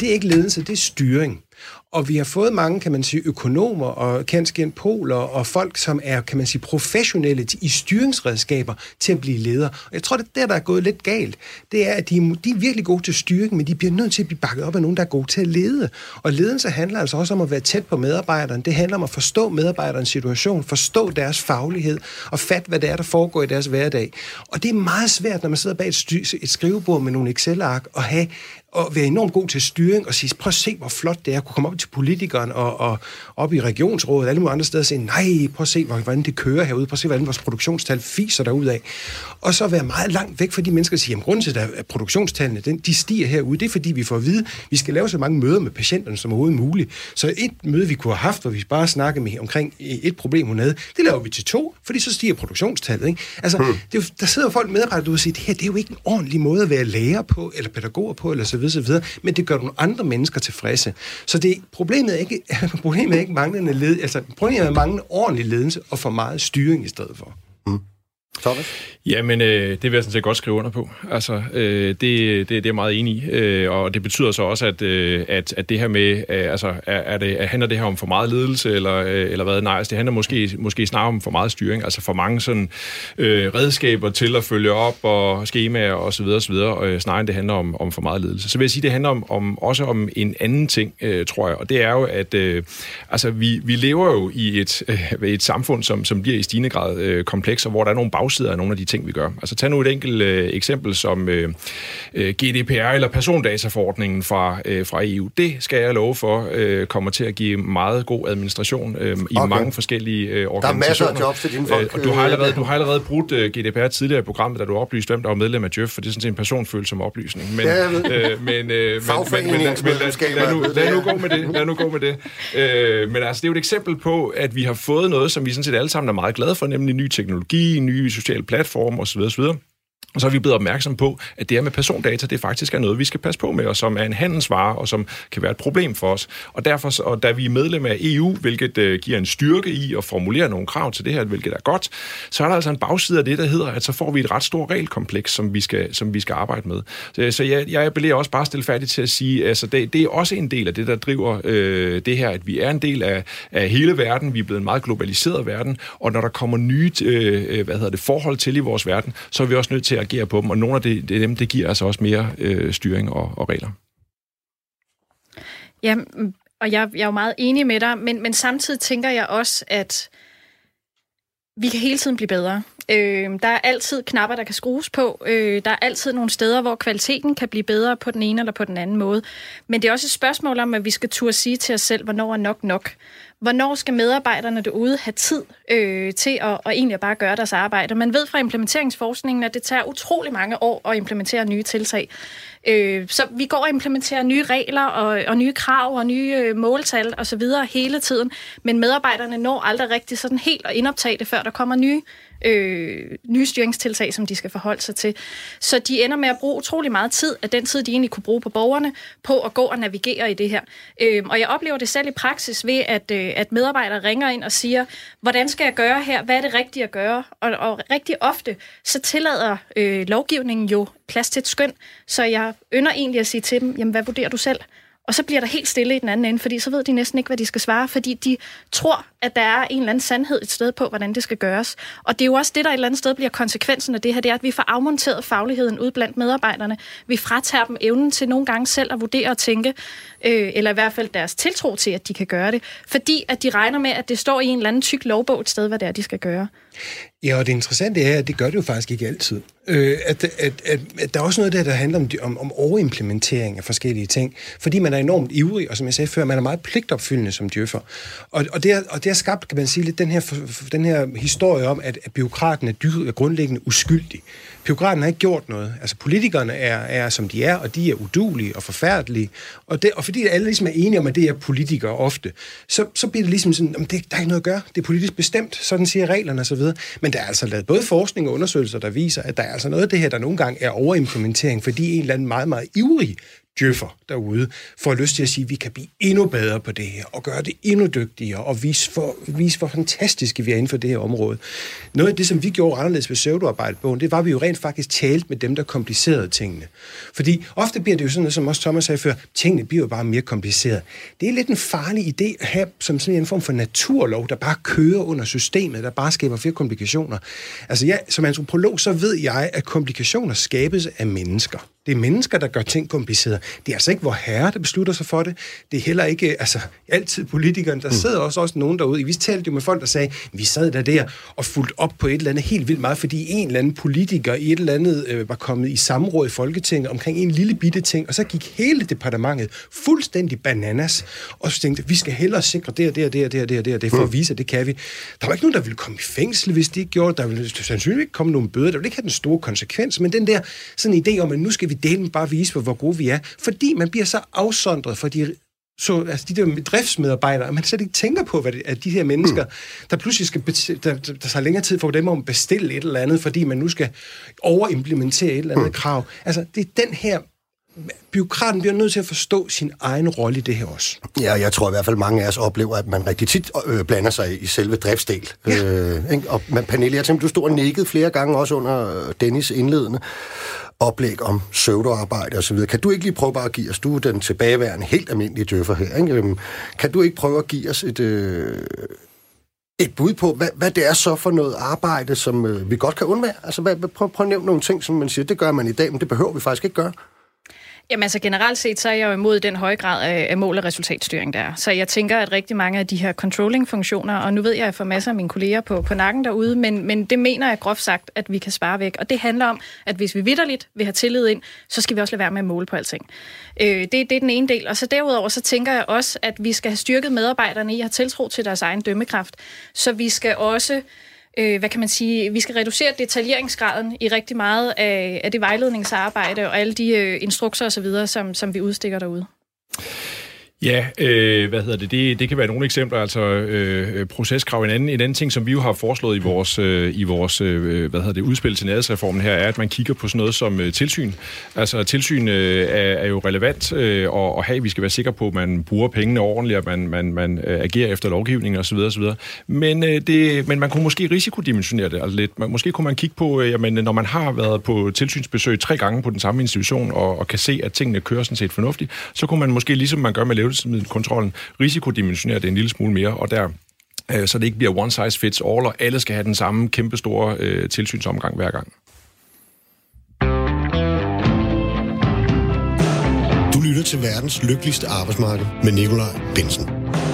det er ikke ledelse, det er styring. Og vi har fået mange, kan man sige, økonomer og kanskjenpoler og folk, som er, kan man sige, professionelle i styringsredskaber til at blive ledere. Og jeg tror, det er der, der er gået lidt galt. Det er, at de, de er virkelig gode til styring, men de bliver nødt til at blive bakket op af nogen, der er gode til at lede. Og ledelse handler altså også om at være tæt på medarbejderen. Det handler om at forstå medarbejderens situation, forstå deres faglighed og fatte, hvad det er, der foregår i deres hverdag. Og det er meget svært, når man sidder bag et, styr, et skrivebord med nogle Excel-ark og have og være enormt god til styring og sige, prøv at se, hvor flot det er. Kunne komme op til politikeren og, og op i regionsrådet og alle mulige andre steder og sige, nej, prøv at se, hvordan det kører herude. Prøv at se, hvordan vores produktionstal fiser derudad. Og så være meget langt væk fra de mennesker og sige, jamen grunden til, at produktionstallene den, de stiger herude, det er fordi, vi får at vide, at vi skal lave så mange møder med patienterne som overhovedet muligt. Så et møde, vi kunne have haft, hvor vi bare snakkede med omkring et problem, hun havde, det laver vi til to, fordi så stiger produktionstallet. Ikke? Altså, hmm. det er jo, der sidder folk medarbejdere og siger, det her det er jo ikke en ordentlig måde at være lærer på, eller pædagoger på, eller så videre, så videre, men det gør nogle andre mennesker tilfredse. Så det, problemet er ikke, problemet er ikke manglende led, altså problemet er manglende ordentlig ledelse og for meget styring i stedet for. Hmm. Thomas? Jamen, øh, det vil jeg sådan set godt skrive under på. Altså, øh, det, det, det er jeg meget enig i. Øh, og det betyder så også, at, øh, at, at det her med, øh, altså, er, er det, handler det her om for meget ledelse, eller, øh, eller hvad? Nej, altså, det handler måske, måske snarere om for meget styring. Altså for mange sådan øh, redskaber til at følge op, og skemaer, og så videre, og så videre, øh, snarere end det handler om, om for meget ledelse. Så vil jeg sige, det handler om, om, også om en anden ting, øh, tror jeg, og det er jo, at øh, altså, vi, vi lever jo i et, øh, et samfund, som, som bliver i stigende grad øh, kompleks, og hvor der er nogle bagsider af nogle af de ting, vi gør. Altså tag nu et enkelt øh, eksempel som øh, G D P R eller persondataforordningen fra, øh, fra E U. Det skal jeg love for, øh, kommer til at give meget god administration øh, i okay. mange forskellige øh, organisationer. Der er masser af jobs til dine folk. Øh, du, har allerede, du har allerede brudt øh, G D P R tidligere i programmet, da du oplyste, hvem der var medlem af Djøf, for det er sådan set en personfølsom oplysning. Men, ja, øh, men, øh, men, men, men lad, lad, nu, lad nu gå med det. Lad nu gå med det. Øh, men altså, det er jo et eksempel på, at vi har fået noget, som vi sådan set alle sammen er meget glade for, nemlig ny teknologi, nye sociale platforme osv. osv. Og så er vi blevet opmærksom på, at det her med persondata, det faktisk er noget, vi skal passe på med, og som er en handelsvare, og som kan være et problem for os. Og derfor, og da vi er medlem af E U, hvilket uh, giver en styrke i at formulere nogle krav til det her, hvilket er godt, så er der altså en bagside af det, der hedder, at så får vi et ret stort regelkompleks, som vi skal, som vi skal arbejde med. Så, så jeg, jeg appellerer også bare stilfærdigt til at sige, altså det, det er også en del af det, der driver øh, det her, at vi er en del af, af hele verden, vi er blevet en meget globaliseret verden, og når der kommer nye øh, hvad hedder det, forhold til i vores verden, så er vi også nødt til at agere på dem, og nogle af det, det dem, det giver altså også mere øh, styring og, og regler. Ja, og jeg, jeg er jo meget enig med dig, men, men samtidig tænker jeg også, at vi kan hele tiden blive bedre. Øh, der er altid knapper, der kan skrues på. Øh, der er altid nogle steder, hvor kvaliteten kan blive bedre på den ene eller på den anden måde. Men det er også et spørgsmål om, at vi skal turde sige til os selv, hvornår er nok nok. Hvornår skal medarbejderne derude have tid øh, til at, at egentlig bare gøre deres arbejde? Man ved fra implementeringsforskningen, at det tager utrolig mange år at implementere nye tiltag. Øh, så vi går og implementerer nye regler og, og nye krav og nye øh, måltal og så videre hele tiden. Men medarbejderne når aldrig rigtig sådan helt at indoptage det, før der kommer nye Øh, nye styringstiltag, som de skal forholde sig til. Så de ender med at bruge utrolig meget tid af den tid, de egentlig kunne bruge på borgerne, på at gå og navigere i det her. Øh, og jeg oplever det selv i praksis ved, at, øh, at medarbejdere ringer ind og siger, hvordan skal jeg gøre her? Hvad er det rigtige at gøre? Og, og rigtig ofte, så tillader øh, lovgivningen jo plads til et skøn, så jeg ynder egentlig at sige til dem, jamen hvad vurderer du selv? Og så bliver der helt stille i den anden ende, fordi så ved de næsten ikke, hvad de skal svare, fordi de tror, at der er en eller anden sandhed et sted på, hvordan det skal gøres. Og det er jo også det, der et eller andet sted bliver konsekvensen af det her, det er, at vi får afmonteret fagligheden ud blandt medarbejderne. Vi fratager dem evnen til nogle gange selv at vurdere og tænke, øh, eller i hvert fald deres tiltro til, at de kan gøre det, fordi at de regner med, at det står i en eller anden tyk lovbog et sted, hvad det er, de skal gøre. Ja, og det interessante er, at det gør det jo faktisk ikke altid. Øh, at, at, at, at der er også noget der, der handler om, om, om overimplementering af forskellige ting, fordi man er enormt ivrig, og som jeg sagde før, man er meget pligtopfyldende som djøffer. Og, og, det, er, og det har skabt, kan man sige, lidt den her, den her historie om, at, at bureaukraten er, dyr, er grundlæggende uskyldig. Bureaukraten har ikke gjort noget. Altså politikerne er, er som de er, og de er udulige og forfærdelige. Og, det, og fordi alle ligesom er enige om, at det er politikere ofte, så, så bliver det ligesom sådan, at det, der er ikke noget at gøre. Det er politisk bestemt, sådan siger reglerne osv. Men der er altså lavet både forskning og undersøgelser, der viser, at der er altså noget af det her, der nogle gange er overimplementering, fordi en eller anden meget, meget ivrig djøffer derude får lyst til at sige, at vi kan blive endnu bedre på det her, og gøre det endnu dygtigere, og vise, for, vise hvor fantastiske vi er inden for det her område. Noget af det, som vi gjorde anderledes ved pseudoarbejdet, det var, at vi jo rent faktisk talte med dem, der komplicerede tingene. Fordi ofte bliver det jo sådan noget, som også Thomas sagde før, tingene bliver jo bare mere komplicerede. Det er lidt en farlig idé at have som sådan en form for naturlov, der bare kører under systemet, der bare skaber flere komplikationer. Altså jeg, som antropolog, så ved jeg, at komplikationer skabes af mennesker. Det er mennesker, der gør ting komplicerede. Det er altså ikke vor herre, der beslutter sig for det. Det er heller ikke altså, altid politikeren. Der sidder også, også nogen derude. Vi talte jo med folk, der sagde, vi sad der der og fulgte op på et eller andet helt vildt meget, fordi en eller anden politiker i et eller andet øh, var kommet i samråd i Folketinget omkring en lille bitte ting, og så gik hele departementet fuldstændig bananas, og så tænkte, vi skal hellere sikre det og det og det og det og det og det, og det for at vise, at det kan vi. Der var ikke nogen, der ville komme i fængsel, hvis de ikke gjorde det. Der ville sandsynligvis ikke komme nogen bøder. Der ville ikke have den store konsekvens, men den der sådan idé om, at nu skal vi dele bare vise, hvor gode vi er, fordi man bliver så afsondret for de, så, altså de der driftsmedarbejdere, man slet ikke tænker på, hvad det er, de her mennesker, der pludselig skal, der, der, der tager længere tid for dem om at bestille et eller andet, fordi man nu skal overimplementere et eller andet krav. Altså, det er den her bureaukraten bliver nødt til at forstå sin egen rolle i det her også. Ja, jeg tror i hvert fald, mange af os oplever, at man rigtig tit øh, blander sig i selve driftsdel. Ja. Øh, ikke? Og man, Pernille, jeg tænker, du stod og nikkede flere gange også under Dennis indledende oplæg om pseudoarbejde og så videre. Kan du ikke lige prøve bare at give os, du er den tilbageværende, helt almindelige djøffer her, ikke? Kan du ikke prøve at give os et, øh, et bud på, hvad, hvad det er så for noget arbejde, som øh, vi godt kan undvære? Altså, hvad, prøv, prøv at nævne nogle ting, som man siger, det gør man i dag, men det behøver vi faktisk ikke gøre. Jamen altså generelt set, så er jeg jo imod den høje grad af, af mål- og resultatstyring, der er. Så jeg tænker, at rigtig mange af de her controlling-funktioner, og nu ved jeg, at jeg får masser af mine kolleger på, på nakken derude, men, men det mener jeg groft sagt, at vi kan spare væk. Og det handler om, at hvis vi vitterligt vil have tillid ind, så skal vi også lade være med at måle på alting. Øh, det, det er den ene del. Og så derudover, så tænker jeg også, at vi skal have styrket medarbejderne i at have tiltro til deres egen dømmekraft. Så vi skal også... Øh, hvad kan man sige, vi skal reducere detaljeringsgraden i rigtig meget af, af det vejledningsarbejde og alle de øh, instrukser osv., som, som vi udstikker derude. Ja, øh, hvad hedder det? det? Det kan være nogle eksempler, altså øh, proceskrav. En anden, en anden ting, som vi jo har foreslået i vores, øh, i vores øh, hvad hedder det, udspil til nærhedsreformen her, er, at man kigger på sådan noget som øh, tilsyn. Altså tilsyn øh, er, er jo relevant øh, og, og have, vi skal være sikre på, at man bruger pengene ordentligt, at man, man, man øh, agerer efter lovgivningen osv. osv. Men, øh, det, men man kunne måske risikodimensionere det altså lidt. Man, måske kunne man kigge på, øh, jamen, når man har været på tilsynsbesøg tre gange på den samme institution og, og kan se, at tingene kører sådan set fornuftigt, så kunne man måske, ligesom man gør med lægemiddelkontrollen, risikodimensionere det en lille smule mere, og der øh, så det ikke bliver one size fits all, og alle skal have den samme kæmpe store øh, tilsynsomgang hver gang. Du lytter til verdens lykkeligste arbejdsmarked med Nikolaj Bensen.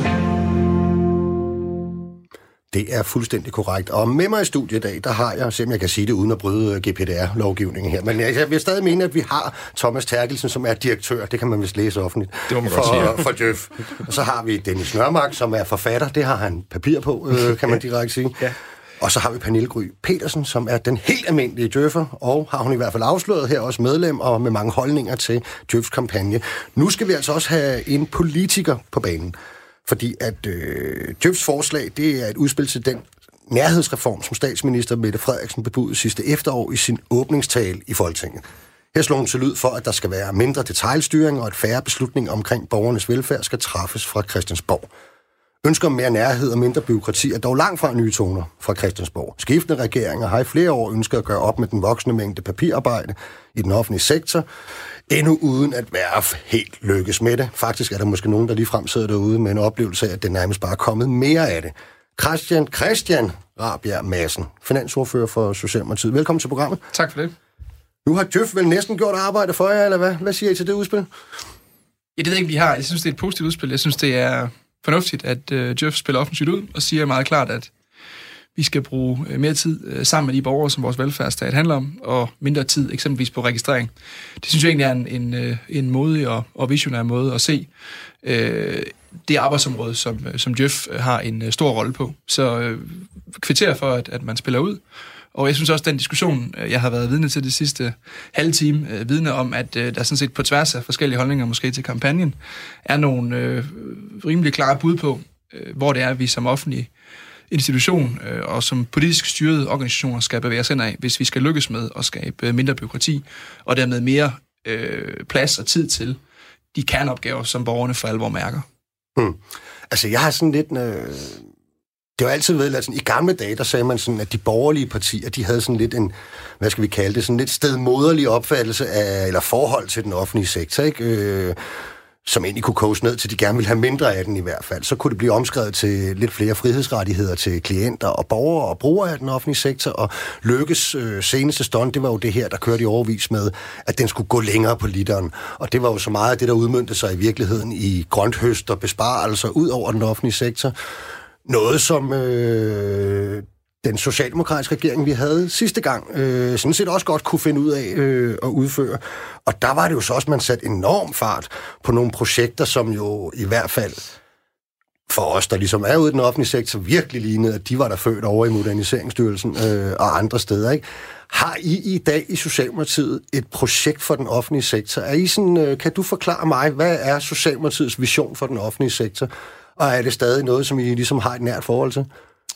Det er fuldstændig korrekt. Og med mig i studiet i dag, der har jeg, selvom jeg kan sige det uden at bryde G P D R-lovgivningen her, men jeg vil stadig mene, at vi har Thomas Terkelsen, som er direktør. Det kan man vist læse offentligt. Det må man for, godt sige. For Djøf. Og så har vi Dennis Nørmark, som er forfatter. Det har han papir på, øh, kan man direkte sige. Ja. Og så har vi Pernille Gry Petersen, som er den helt almindelige djøffer, og har hun i hvert fald afsløret her også medlem, og med mange holdninger til Djøfs kampagne. Nu skal vi altså også have en politiker på banen. Fordi at øh, Djøfs forslag, det er et udspil til den nærhedsreform, som statsminister Mette Frederiksen bebudede sidste efterår i sin åbningstale i Folketinget. Her slår hun til lyd for, at der skal være mindre detailstyring og at færre beslutninger omkring borgernes velfærd skal træffes fra Christiansborg. Ønsker om mere nærhed og mindre byråkrati er dog langt fra nye toner fra Christiansborg. Skiftende regeringer har i flere år ønsket at gøre op med den voksende mængde papirarbejde i den offentlige sektor, endnu uden at være helt lykkes med det. Faktisk er der måske nogen, der ligefrem sidder derude med en oplevelse af, at det nærmest bare er kommet mere af det. Christian, Christian Rabjerg Madsen, finansordfører for Socialdemokratiet. Velkommen til programmet. Tak for det. Nu har Djøf vel næsten gjort arbejde for jer, eller hvad? Hvad siger I til det udspil? Ja, det ved jeg ikke, vi har. Jeg synes, det er et positivt udspil. Jeg synes, det er fornuftigt, at uh, Djøf spiller offensivt ud og siger meget klart, at vi skal bruge uh, mere tid uh, sammen med de borgere, som vores velfærdsstat handler om, og mindre tid eksempelvis på registrering. Det synes jeg egentlig er en, en, uh, en modig og, og visionær måde at se uh, det arbejdsområde, som, uh, som Djøf uh, har en uh, stor rolle på. Så uh, kvitterer for, at, at man spiller ud. Og jeg synes også, den diskussion, jeg har været vidne til det sidste halve time, øh, vidne om, at øh, der sådan set på tværs af forskellige holdninger måske til kampagnen, er nogle øh, rimelig klare bud på, øh, hvor det er, at vi som offentlig institution øh, og som politisk styrede organisationer skal bevæge os hen af, hvis vi skal lykkes med at skabe mindre bureaukrati, og dermed mere øh, plads og tid til de kerneopgaver, som borgerne for alvor mærker. Hmm. Altså, jeg har sådan lidt... Øh... Det har altid været, at sådan, i gamle dage, der sagde man sådan, at de borgerlige partier, de havde sådan lidt en, hvad skal vi kalde det, sådan lidt stedmoderlig opfattelse af, eller forhold til den offentlige sektor, ikke? Øh, som egentlig kunne koges ned til, de gerne ville have mindre af den i hvert fald. Så kunne det blive omskrevet til lidt flere frihedsrettigheder til klienter og borgere og brugere af den offentlige sektor, og Løkkes øh, seneste stunt, det var jo det her, der kørte i overvis med, at den skulle gå længere på literen. Og det var jo så meget af det, der udmøntede sig i virkeligheden i grønthøst og besparelser ud over den offentlige sektor. Noget, som øh, den socialdemokratiske regering, vi havde sidste gang, øh, sådan set også godt kunne finde ud af øh, at udføre. Og der var det jo så også, man satte enorm fart på nogle projekter, som jo i hvert fald for os, der ligesom er ude i den offentlige sektor, virkelig lignede, at de var der født over i Moderniseringsstyrelsen øh, og andre steder, ikke? Har I i dag i Socialdemokratiet et projekt for den offentlige sektor? Er I sådan, øh, kan du forklare mig, hvad er Socialdemokratiets vision for den offentlige sektor? Og er det stadig noget, som I ligesom har et nært forhold til?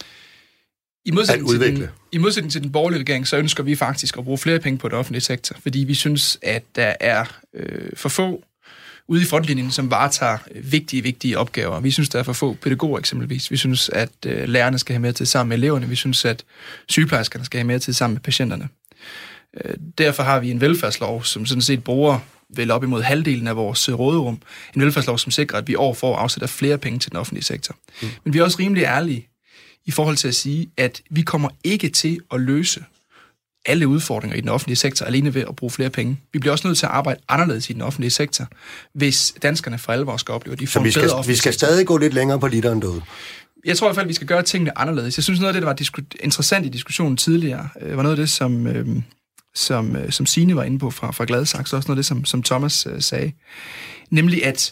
I modsætning, til den, I modsætning til den borgerlige regering, så ønsker vi faktisk at bruge flere penge på den offentlige sektor, fordi vi synes, at der er øh, for få ude i frontlinjen, som varetager vigtige, vigtige opgaver. Vi synes, der er for få pædagoger eksempelvis. Vi synes, at øh, lærerne skal have mere tid sammen med eleverne. Vi synes, at sygeplejerskerne skal have mere tid sammen med patienterne. Øh, derfor har vi en velfærdslov, som sådan set bruger vel op imod halvdelen af vores råderum. En velfærdslov, som sikrer, at vi år for år afsætter flere penge til den offentlige sektor. Mm. Men vi er også rimelig ærlige i forhold til at sige, at vi kommer ikke til at løse alle udfordringer i den offentlige sektor alene ved at bruge flere penge. Vi bliver også nødt til at arbejde anderledes i den offentlige sektor, hvis danskerne for alvor skal opleve, at de får en bedre offentlig sektor. Så vi skal stadig gå lidt længere på literen derude? Jeg tror i hvert fald, at vi skal gøre tingene anderledes. Jeg synes, noget af det, der var disku- interessant i diskussionen tidligere, øh, var noget af det, som... Øh, som, som Signe var inde på fra, fra Gladsaxe, også noget af det, som, som Thomas øh, sagde. Nemlig, at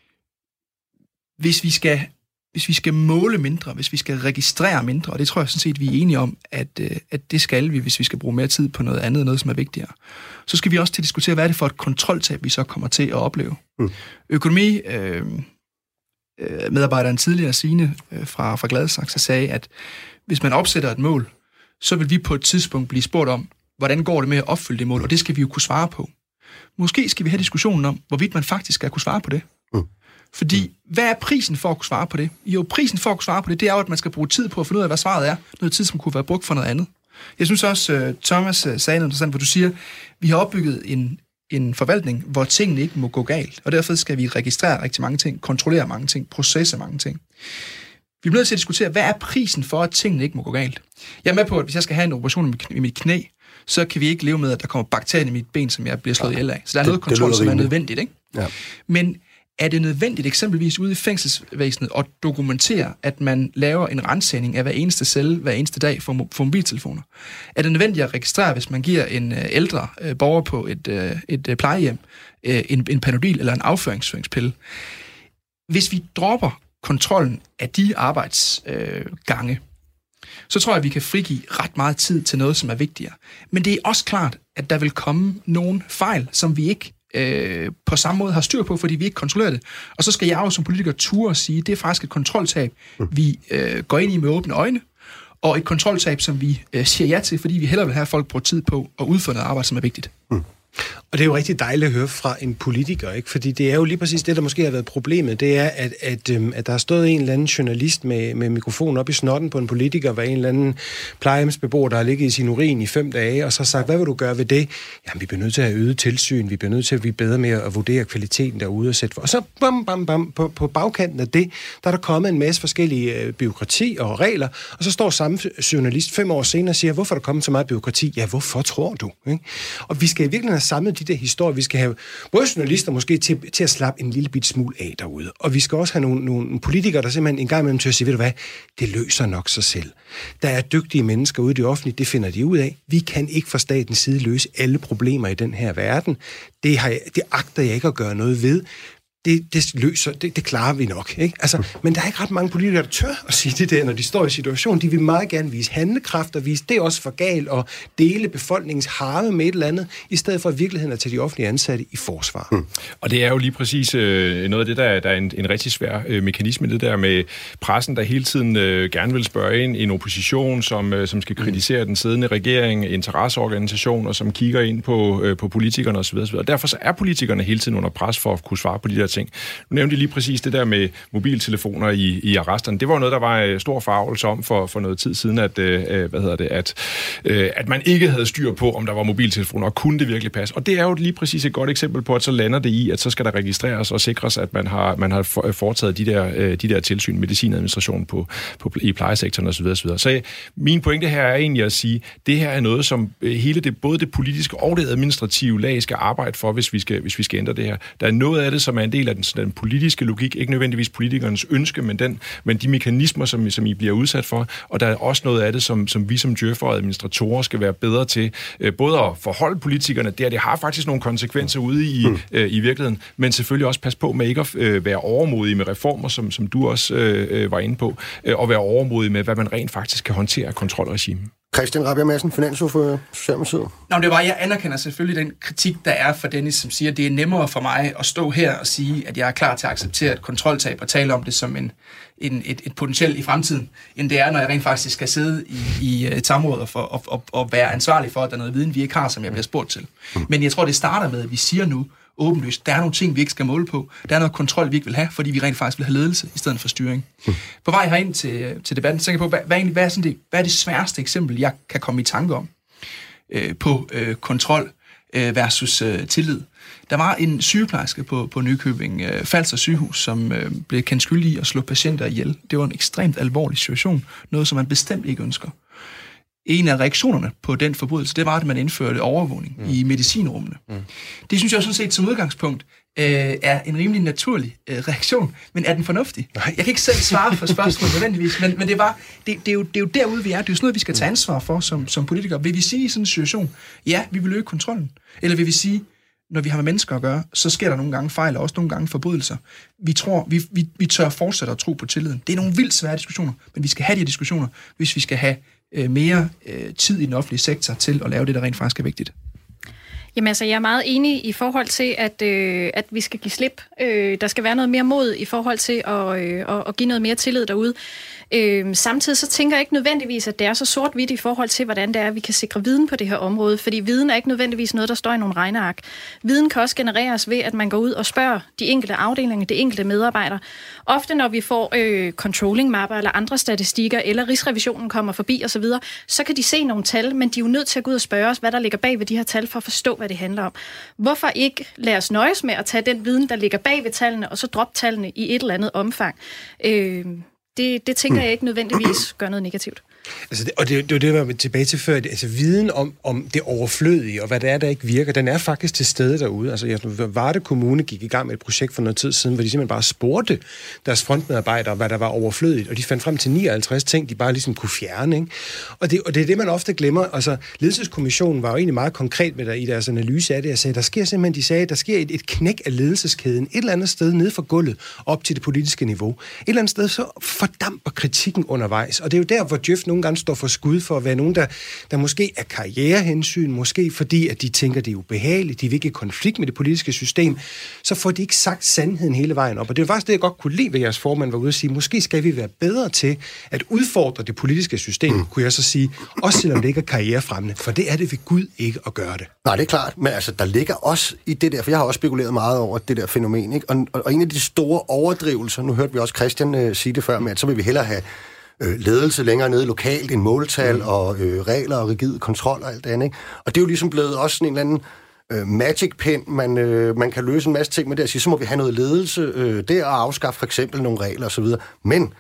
hvis vi, skal, hvis vi skal måle mindre, hvis vi skal registrere mindre, og det tror jeg sådan set, vi er enige om, at, øh, at det skal vi, hvis vi skal bruge mere tid på noget andet, noget som er vigtigere, så skal vi også til at diskutere, hvad er det for et kontroltab, vi så kommer til at opleve. Mm. Økonomi... Øh, øh, medarbejderen tidligere, Signe øh, fra, fra Gladsaxe, sagde, at hvis man opsætter et mål, så vil vi på et tidspunkt blive spurgt om, hvordan går det med at opfylde det mål, og det skal vi jo kunne svare på. Måske skal vi have diskussionen om, hvorvidt man faktisk skal kunne svare på det. Mm. Fordi, mm. hvad er prisen for at kunne svare på det? Jo, prisen for at kunne svare på det, det er jo, at man skal bruge tid på at finde ud af, hvad svaret er. Noget tid, som kunne være brugt for noget andet. Jeg synes også, Thomas sagde noget interessant, hvor du siger, vi har opbygget en, en forvaltning, hvor tingene ikke må gå galt, og derfor skal vi registrere rigtig mange ting, kontrollere mange ting, processe mange ting. Vi bliver nødt til at diskutere, hvad er prisen for, at tingene ikke må gå galt? Jeg er med på, at hvis jeg skal have en operation i mit knæ, så kan vi ikke leve med, at der kommer bakterier i mit ben, som jeg bliver slået ihjel af. Så der er det, noget kontrol, som er nødvendigt, ikke? Ja. Men er det nødvendigt eksempelvis ude i fængselsvæsenet at dokumentere, at man laver en ransagning af hver eneste celle, hver eneste dag for, for mobiltelefoner? Er det nødvendigt at registrere, hvis man giver en uh, ældre uh, borger på et, uh, et uh, plejehjem uh, en, en Panodil eller en afføringspille? Hvis vi dropper kontrollen af de arbejdsgange, øh, så tror jeg, at vi kan frigive ret meget tid til noget, som er vigtigere. Men det er også klart, at der vil komme nogle fejl, som vi ikke øh, på samme måde har styr på, fordi vi ikke kontrollerer det. Og så skal jeg jo som politiker ture og sige, at det er faktisk et kontroltab, mm. vi øh, går ind i med åbne øjne, og et kontroltab, som vi øh, siger ja til, fordi vi hellere vil have, at folk bruger tid på at udføre noget arbejde, som er vigtigt. Mm. Og det er jo rigtig dejligt at høre fra en politiker, ikke? Fordi det er jo lige præcis det, der måske har været problemet. Det er, at, at, at der har stået en eller anden journalist med, med mikrofonen op i snotten på en politiker, var en eller anden plejehjemsbeboer, der har ligget i sin urin i fem dage, og så har sagt, hvad vil du gøre ved det? Jamen, vi bliver nødt til at have øget tilsyn, vi bliver nødt til at blive bedre med at vurdere kvaliteten derude og sætte for. Og så bam, bam, bam, på, på bagkanten af det, der er der kommet en masse forskellige øh, byråkrati og regler, og så står samme journalist fem år senere og siger, hvorfor er der kommet så meget byråkrati? Ja, hvorfor tror du? Ikke? Og vi skal i virkeligheden have samlet de der historier. Vi skal have både journalister måske til, til at slappe en lille bit smule af derude. Og vi skal også have nogle, nogle politikere, der simpelthen en gang imellem til at sige, ved du hvad, det løser nok sig selv. Der er dygtige mennesker ude i det offentlige, det finder de ud af. Vi kan ikke fra statens side løse alle problemer i den her verden. Det, har jeg, det agter jeg ikke at gøre noget ved. det, det løser, det, det klarer vi nok. Ikke? Altså, men der er ikke ret mange politikere, der tør at sige det der, når de står i situationen. De vil meget gerne vise handlekraft og vise, det er også for galt at dele befolkningens harme med et eller andet, i stedet for i virkeligheden at tage de offentlige ansatte i forsvar. Hmm. Og det er jo lige præcis øh, noget af det, der, der er en, en rigtig svær øh, mekanisme, det der med pressen, der hele tiden øh, gerne vil spørge ind i en opposition, som, øh, som skal kritisere hmm. den siddende regering, interesseorganisationer, som kigger ind på, øh, på politikerne osv. osv. Og derfor så er politikerne hele tiden under pres for at kunne svare på de der ting. Nu nævnte jeg lige præcis det der med mobiltelefoner i, i arresterne. Det var jo noget, der var stor forargelse om for, for noget tid siden, at, øh, hvad hedder det, at, øh, at man ikke havde styr på, om der var mobiltelefoner, og kunne det virkelig passe. Og det er jo lige præcis et godt eksempel på, at så lander det i, at så skal der registreres og sikres, at man har, man har foretaget de der, øh, de der tilsyn, medicinadministration på, på, i plejesektoren osv. osv. Så min pointe her er egentlig at sige, at det her er noget, som hele det, både det politiske og det administrative lag skal arbejde for, hvis vi skal, hvis vi skal ændre det her. Der er noget af det, som er en del af den, den politiske logik, ikke nødvendigvis politikernes ønske, men, den, men de mekanismer, som, som I bliver udsat for, og der er også noget af det, som, som vi som djøf'ere og administratorer skal være bedre til, øh, både at forholde politikerne der, det har faktisk nogle konsekvenser ude i, mm. øh, i virkeligheden, men selvfølgelig også passe på med ikke at øh, være overmodige med reformer, som, som du også øh, var inde på, øh, og være overmodige med, hvad man rent faktisk kan håndtere af kontrolregime. Christian Rabjerg Madsen, finansordfører, Socialdemokratiet. Nå, det var, jeg anerkender selvfølgelig den kritik, der er for Dennis, som siger, at det er nemmere for mig at stå her og sige, at jeg er klar til at acceptere et kontroltab og tale om det som en, en, et, et potentielt i fremtiden, end det er, når jeg rent faktisk skal sidde i, i et samråd og, for, og, og, og være ansvarlig for, at der er noget viden, vi ikke har, som jeg bliver spurgt til. Men jeg tror, det starter med, at vi siger nu, åbenlyst, der er nogle ting, vi ikke skal måle på. Der er noget kontrol, vi ikke vil have, fordi vi rent faktisk vil have ledelse i stedet for styring. Mm. På vej herind til, til debatten, tænker jeg på, hvad, hvad, hvad, er sådan det, hvad er det sværeste eksempel, jeg kan komme i tanke om øh, på øh, kontrol øh, versus øh, tillid. Der var en sygeplejerske på, på Nykøbing øh, Falster sygehus, som øh, blev kendt skyldig i at slå patienter ihjel. Det var en ekstremt alvorlig situation, noget som man bestemt ikke ønsker. En af reaktionerne på den forbrydelse, det var, at man indførte overvågning mm. i medicinrummene. Mm. Det synes jeg sådan set som udgangspunkt øh, er en rimelig naturlig øh, reaktion, men er den fornuftig? Nej. Jeg kan ikke selv svare på spørgsmålet nødvendigvis, men, men det, var, det, det, er jo, det er jo derude, vi er. Det er jo sådan noget, vi skal tage ansvar for som, som politikere. Vil vi sige i sådan en situation, ja, vi vil øge kontrollen? Eller vil vi sige, når vi har med mennesker at gøre, så sker der nogle gange fejl, og også nogle gange forbrydelser. Vi tror, vi, vi, vi tør fortsætte at tro på tilliden. Det er nogle vildt svære diskussioner, men vi skal have de her diskussioner, hvis vi skal have mere øh, tid i den offentlige sektor til at lave det, der rent faktisk er vigtigt. Jamen altså, jeg er meget enig i forhold til, at, øh, at vi skal give slip. Øh, der skal være noget mere mod i forhold til at, øh, at give noget mere tillid derude. Øh, samtidig så tænker jeg ikke nødvendigvis, at det er så sort-hvidt i forhold til, hvordan det er, at vi kan sikre viden på det her område. Fordi viden er ikke nødvendigvis noget, der står i nogle regneark. Viden kan også genereres ved, at man går ud og spørger de enkelte afdelinger, de enkelte medarbejdere. Ofte når vi får øh, controlling-mapper eller andre statistikker, eller Rigsrevisionen kommer forbi osv., så, så kan de se nogle tal, men de er jo nødt til at gå ud og spørge os, hvad der ligger bag ved de her tal, for at forstå, hvad det handler om. Hvorfor ikke lade os nøjes med at tage den viden, der ligger bag ved tallene, og så droppe tallene i et eller andet omfang? Øh, Det, det tænker jeg ikke nødvendigvis gør noget negativt. Altså det, og det, det var det, jeg var tilbage til før. Altså viden om, om det overflødige, og hvad det er, der ikke virker, den er faktisk til stede derude. Altså jeg, Varde Kommune gik i gang med et projekt for noget tid siden, hvor de simpelthen bare spurgte deres frontmedarbejdere, hvad der var overflødigt, og de fandt frem til nioghalvtreds ting, de bare ligesom kunne fjerne. Ikke? Og, det, og det er det, man ofte glemmer. Altså ledelseskommissionen var jo egentlig meget konkret med der, i deres analyse af det. Jeg sagde, der sker simpelthen, de sagde, der sker et, et knæk af ledelseskæden et eller andet sted nede fra gulvet op til det politiske niveau. Et eller andet sted så fordamper kritikken undervejs, og det er jo der, hvor Djøf nogle gange står for skud for at være nogen, der, der måske er karrierehensyn, måske fordi, at de tænker, det er ubehageligt, de vil ikke i konflikt med det politiske system, så får de ikke sagt sandheden hele vejen op. Og det er faktisk det, jeg godt kunne lide ved jeres formand, var ude at sige, måske skal vi være bedre til at udfordre det politiske system, mm. kunne jeg så sige, også selvom det ikke er karrierefremmende, for det er det ved Gud ikke at gøre det. Nej, det er klart, men altså, der ligger også i det der, for jeg har også spekuleret meget over det der fænomen, ikke? Og, og, og en af de store overdrivelser, nu hørte vi også Christian øh, sige det før, med at så vil vi hellere have øh, ledelse længere nede lokalt, en måltal mm. og øh, regler og rigid kontrol og alt det andet, ikke? Og det er jo ligesom blevet også sådan en eller anden øh, magic pen, man, øh, man kan løse en masse ting med det, og sige, så må vi have noget ledelse øh, der og afskaffe for eksempel nogle regler osv., men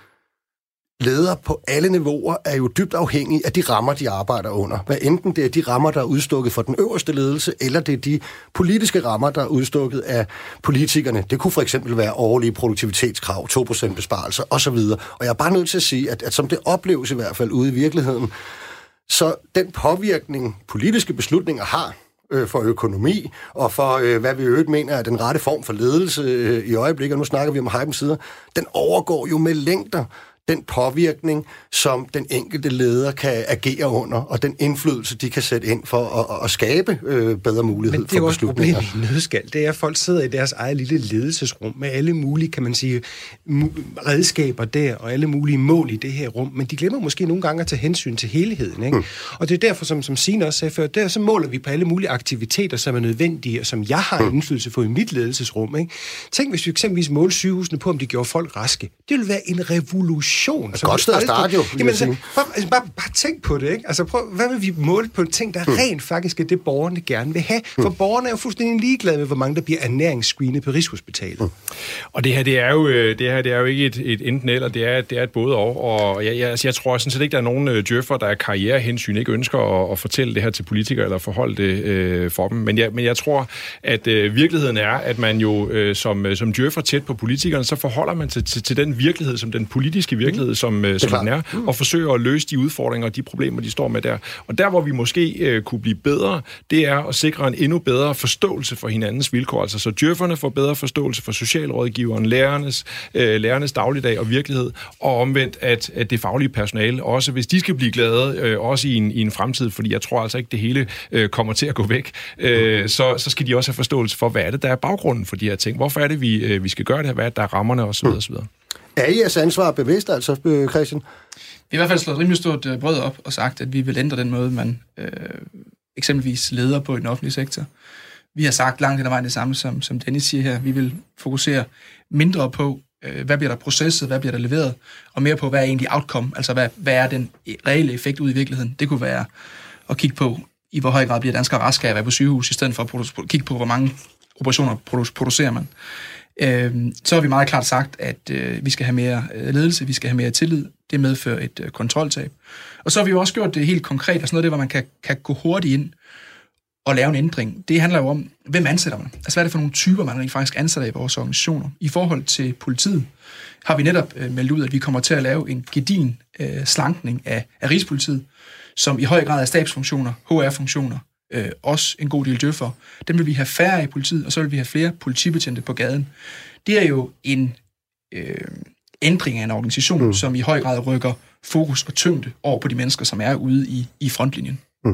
ledere på alle niveauer er jo dybt afhængige af de rammer, de arbejder under. Hvad enten det er de rammer, der er udstukket for den øverste ledelse, eller det er de politiske rammer, der er udstukket af politikerne. Det kunne for eksempel være årlige produktivitetskrav, to procent besparelser osv. Og jeg er bare nødt til at sige, at, at som det opleves i hvert fald ude i virkeligheden, så den påvirkning, politiske beslutninger har, øh, for økonomi, og for, øh, hvad vi øvrigt mener er den rette form for ledelse øh, i øjeblikket, og nu snakker vi om hypens sider, den overgår jo med længder den påvirkning, som den enkelte leder kan agere under, og den indflydelse, de kan sætte ind for at, at skabe øh, bedre mulighed for beslutninger. Men det er jo også problemet i nødskal. Det er, at folk sidder i deres eget lille ledelsesrum med alle mulige, kan man sige, redskaber der, og alle mulige mål i det her rum, men de glemmer måske nogle gange at tage hensyn til helheden, ikke? Mm. Og det er derfor, som, som Signe også sagde før, der så måler vi på alle mulige aktiviteter, som er nødvendige, og som jeg har en indflydelse på i mit ledelsesrum, ikke? Tænk, hvis vi eksempelvis målte sygehusene på, om de gjorde folk raske. Det ville være en revolution. Det er godt sted at starte, jo. Jamen, altså, prøv, altså, bare, bare tænk på det, ikke? Altså, prøv, hvad vil vi måle på ting, der mm. rent faktisk er det, borgerne gerne vil have? For mm. borgerne er jo fuldstændig ligeglade med, hvor mange der bliver ernæringsscreenet på Rigshospitalet. Mm. Og det her, det er jo, det her, det er jo ikke et, et enten eller, det er, det er et både og. Og jeg, jeg, altså, jeg tror sådan set ikke, der er nogen uh, djøffer, der er karrierehensyn, ikke ønsker at, at fortælle det her til politikere, eller forholde det øh, for dem. Men jeg, men jeg tror, at øh, virkeligheden er, at man jo øh, som, som djøffer tæt på politikerne, så forholder man til, til, til den virkelighed, som den politiske virkelighed, mm. som, øh, som den er, mm. og forsøger at løse de udfordringer og de problemer, de står med der. Og der, hvor vi måske øh, kunne blive bedre, det er at sikre en endnu bedre forståelse for hinandens vilkår. Altså så djøfferne får bedre forståelse for socialrådgiveren, lærernes, øh, lærernes dagligdag og virkelighed, og omvendt, at, at det faglige personale også, hvis de skal blive glade, øh, også i en, i en fremtid, fordi jeg tror altså ikke, det hele øh, kommer til at gå væk, øh, så, så skal de også have forståelse for, hvad er det, der er baggrunden for de her ting. Hvorfor er det, vi, øh, vi skal gøre det her? Hvad er det, der er rammerne osv. osv. Er I jeres ansvar bevidst, altså, Christian? Vi har i hvert fald slået rimelig stort øh, brød op og sagt, at vi vil ændre den måde, man øh, eksempelvis leder på i den offentlige sektor. Vi har sagt langt hen ad vejen det samme, som, som Dennis siger her. Vi vil fokusere mindre på, øh, hvad bliver der processet, hvad bliver der leveret, og mere på, hvad er egentlig outcome, altså hvad, hvad er den reelle effekt ud i virkeligheden. Det kunne være at kigge på, i hvor høj grad bliver danskere raske af at være på sygehus, i stedet for at produ- kigge på, hvor mange operationer produ- producerer man. Øh, så har vi meget klart sagt, at øh, vi skal have mere øh, ledelse, vi skal have mere tillid. Det medfører et øh, kontroltab. Og så har vi jo også gjort det helt konkret, altså noget af det, hvor man kan, kan gå hurtigt ind og lave en ændring. Det handler jo om, hvem ansætter man? Altså hvad er det for nogle typer, man rent faktisk ansætter i vores organisationer? I forhold til politiet har vi netop øh, meldt ud, at vi kommer til at lave en gedigen øh, slankning af, af Rigspolitiet, som i høj grad er stabsfunktioner, H R-funktioner, øh, også en god del djøffer. Dem vil vi have færre i politiet, og så vil vi have flere politibetjente på gaden. Det er jo en øh, ændring af en organisation, mm. som i høj grad rykker fokus og tyngde over på de mennesker, som er ude i, i frontlinjen. Mm.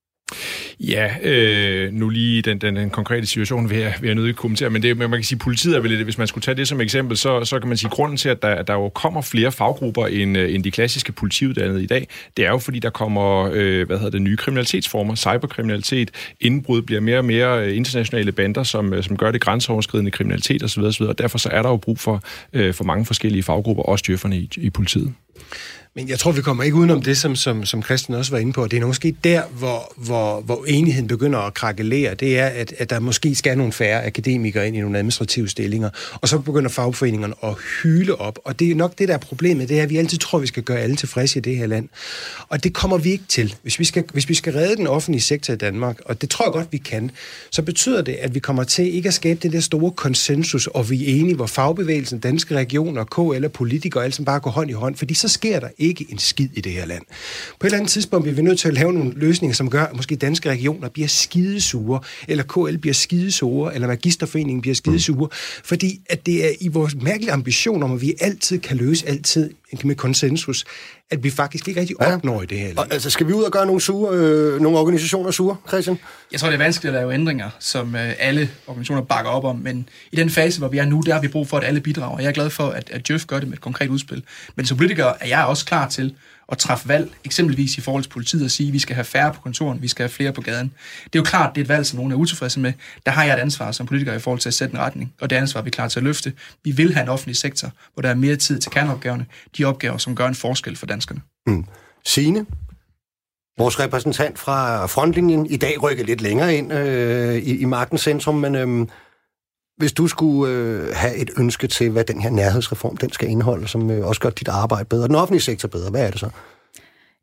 Ja, øh, nu lige den, den, den konkrete situation vil jeg, vil jeg nødt til at kommentere, men, det, men man kan sige, at politiet er vel lidt, hvis man skulle tage det som eksempel, så, så kan man sige, at grunden til, at der, der jo kommer flere faggrupper end, end de klassiske politiuddannede i dag, det er jo fordi, der kommer, øh, hvad hedder det, nye kriminalitetsformer, cyberkriminalitet, indbrud bliver mere og mere internationale bander, som, som gør det grænseoverskridende kriminalitet osv., osv., og derfor så er der jo brug for, øh, for mange forskellige faggrupper, også djøfferne i, i politiet. Men jeg tror, vi kommer ikke udenom det, som, som, som Christian også var inde på. Det er måske der, hvor, hvor, hvor enigheden begynder at krakelere. Det er, at, at der måske skal nogle færre akademikere ind i nogle administrative stillinger. Og så begynder fagforeningerne at hyle op. Og det er nok det, der er problemet. Det er, at vi altid tror, at vi skal gøre alle tilfredse i det her land. Og det kommer vi ikke til. Hvis vi skal, hvis vi skal redde den offentlige sektor i Danmark, og det tror jeg godt, vi kan, så betyder det, at vi kommer til ikke at skabe det der store konsensus, og vi er enige, hvor fagbevægelsen, danske regioner, K L og politikere, alle som bare går hånd i hånd. Fordi så sker der ikke en skid i det her land. På et eller andet tidspunkt bliver vi nødt til at lave nogle løsninger, som gør, at måske danske regioner bliver skidesure, eller K L bliver skidesure, eller Magisterforeningen bliver skidesure, fordi at det er i vores mærkelige ambition om, at vi altid kan løse altid med konsensus, at vi faktisk ikke rigtig opnår ja. i det her land. Og, altså, skal vi ud og gøre nogle, sure, øh, nogle organisationer sure, Christian? Jeg tror, det er vanskeligt at lave ændringer, som øh, alle organisationer bakker op om, men i den fase, hvor vi er nu, der har vi brug for, at alle bidrager. Jeg er glad for, at, at Djøf gør det med et konkret udspil. Men som politiker er jeg også klar til at træffe valg, eksempelvis i forhold til politiet, og sige, at vi skal have færre på kontoren, vi skal have flere på gaden. Det er jo klart, det er et valg, som nogen er utilfredse med. Der har jeg et ansvar som politiker i forhold til at sætte en retning, og det ansvar er vi klar til at løfte. Vi vil have en offentlig sektor, hvor der er mere tid til kerneopgaverne, de opgaver, som gør en forskel for danskerne. Mm. Signe, vores repræsentant fra frontlinjen, i dag rykker lidt længere ind øh, i, i magtens centrum, men øh, hvis du skulle øh, have et ønske til, hvad den her nærhedsreform den skal indeholde, som øh, også gør dit arbejde bedre, den offentlige sektor bedre, hvad er det så?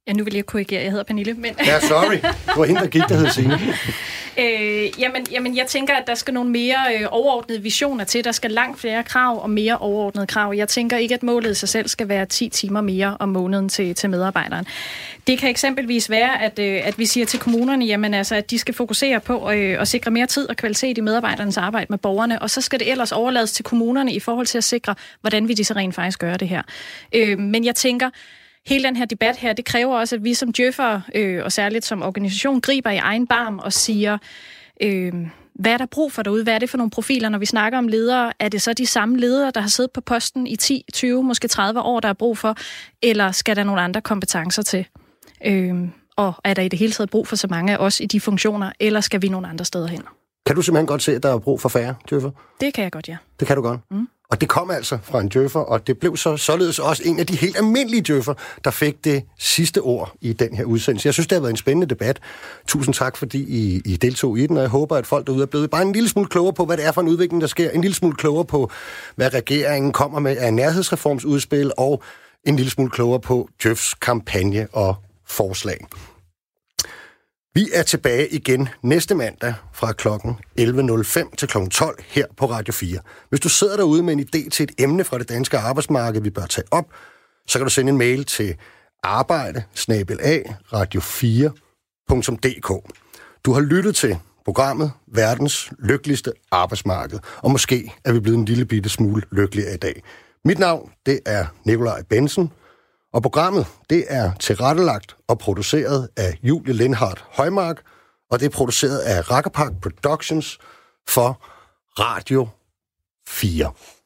Ja, nu vil jeg korrigere, jeg hedder Pernille, men... Ja, sorry. Det var hende, der gik, der hed Signe. øh, jamen, jamen, jeg tænker, at der skal nogle mere øh, overordnede visioner til. Der skal langt flere krav og mere overordnede krav. Jeg tænker ikke, at målet i sig selv skal være ti timer mere om måneden til, til medarbejderen. Det kan eksempelvis være, at, øh, at vi siger til kommunerne, jamen, altså, at de skal fokusere på øh, at sikre mere tid og kvalitet i medarbejdernes arbejde med borgerne, og så skal det ellers overlades til kommunerne i forhold til at sikre, hvordan vi de så rent faktisk gør det her. Øh, men jeg tænker, hele den her debat her, det kræver også, at vi som djøffere, øh, og særligt som organisation, griber i egen barm og siger, øh, hvad er der brug for derude? Hvad er det for nogle profiler, når vi snakker om ledere? Er det så de samme ledere, der har siddet på posten i ti, tyve, måske tredive år, der er brug for? Eller skal der nogle andre kompetencer til? Øh, og er der i det hele taget brug for så mange af os i de funktioner, eller skal vi nogle andre steder hen? Kan du simpelthen godt se, at der er brug for færre djøffer? Det kan jeg godt, ja. Det kan du godt. Mm. Og det kom altså fra en djøffer, og det blev så således også en af de helt almindelige djøffer, der fik det sidste ord i den her udsendelse. Jeg synes, det har været en spændende debat. Tusind tak, fordi I, I deltog i den, og jeg håber, at folk derude er blevet bare en lille smule klogere på, hvad det er for en udvikling, der sker. En lille smule klogere på, hvad regeringen kommer med af nærhedsreformsudspil, og en lille smule klogere på djøfs kampagne og forslag. Vi er tilbage igen næste mandag fra klokken elleve nul fem til klokken tolv her på Radio fire. Hvis du sidder derude med en idé til et emne fra det danske arbejdsmarked, vi bør tage op, så kan du sende en mail til arbejde bindestreg radio fire punktum d k. Du har lyttet til programmet Verdens Lykkeligste Arbejdsmarked, og måske er vi blevet en lille bitte smule lykkeligere i dag. Mit navn, det er Nikolaj Bensen. Og programmet, det er tilrettelagt og produceret af Julie Lindhardt Højmark, og det er produceret af Rakkerpark Productions for Radio fire.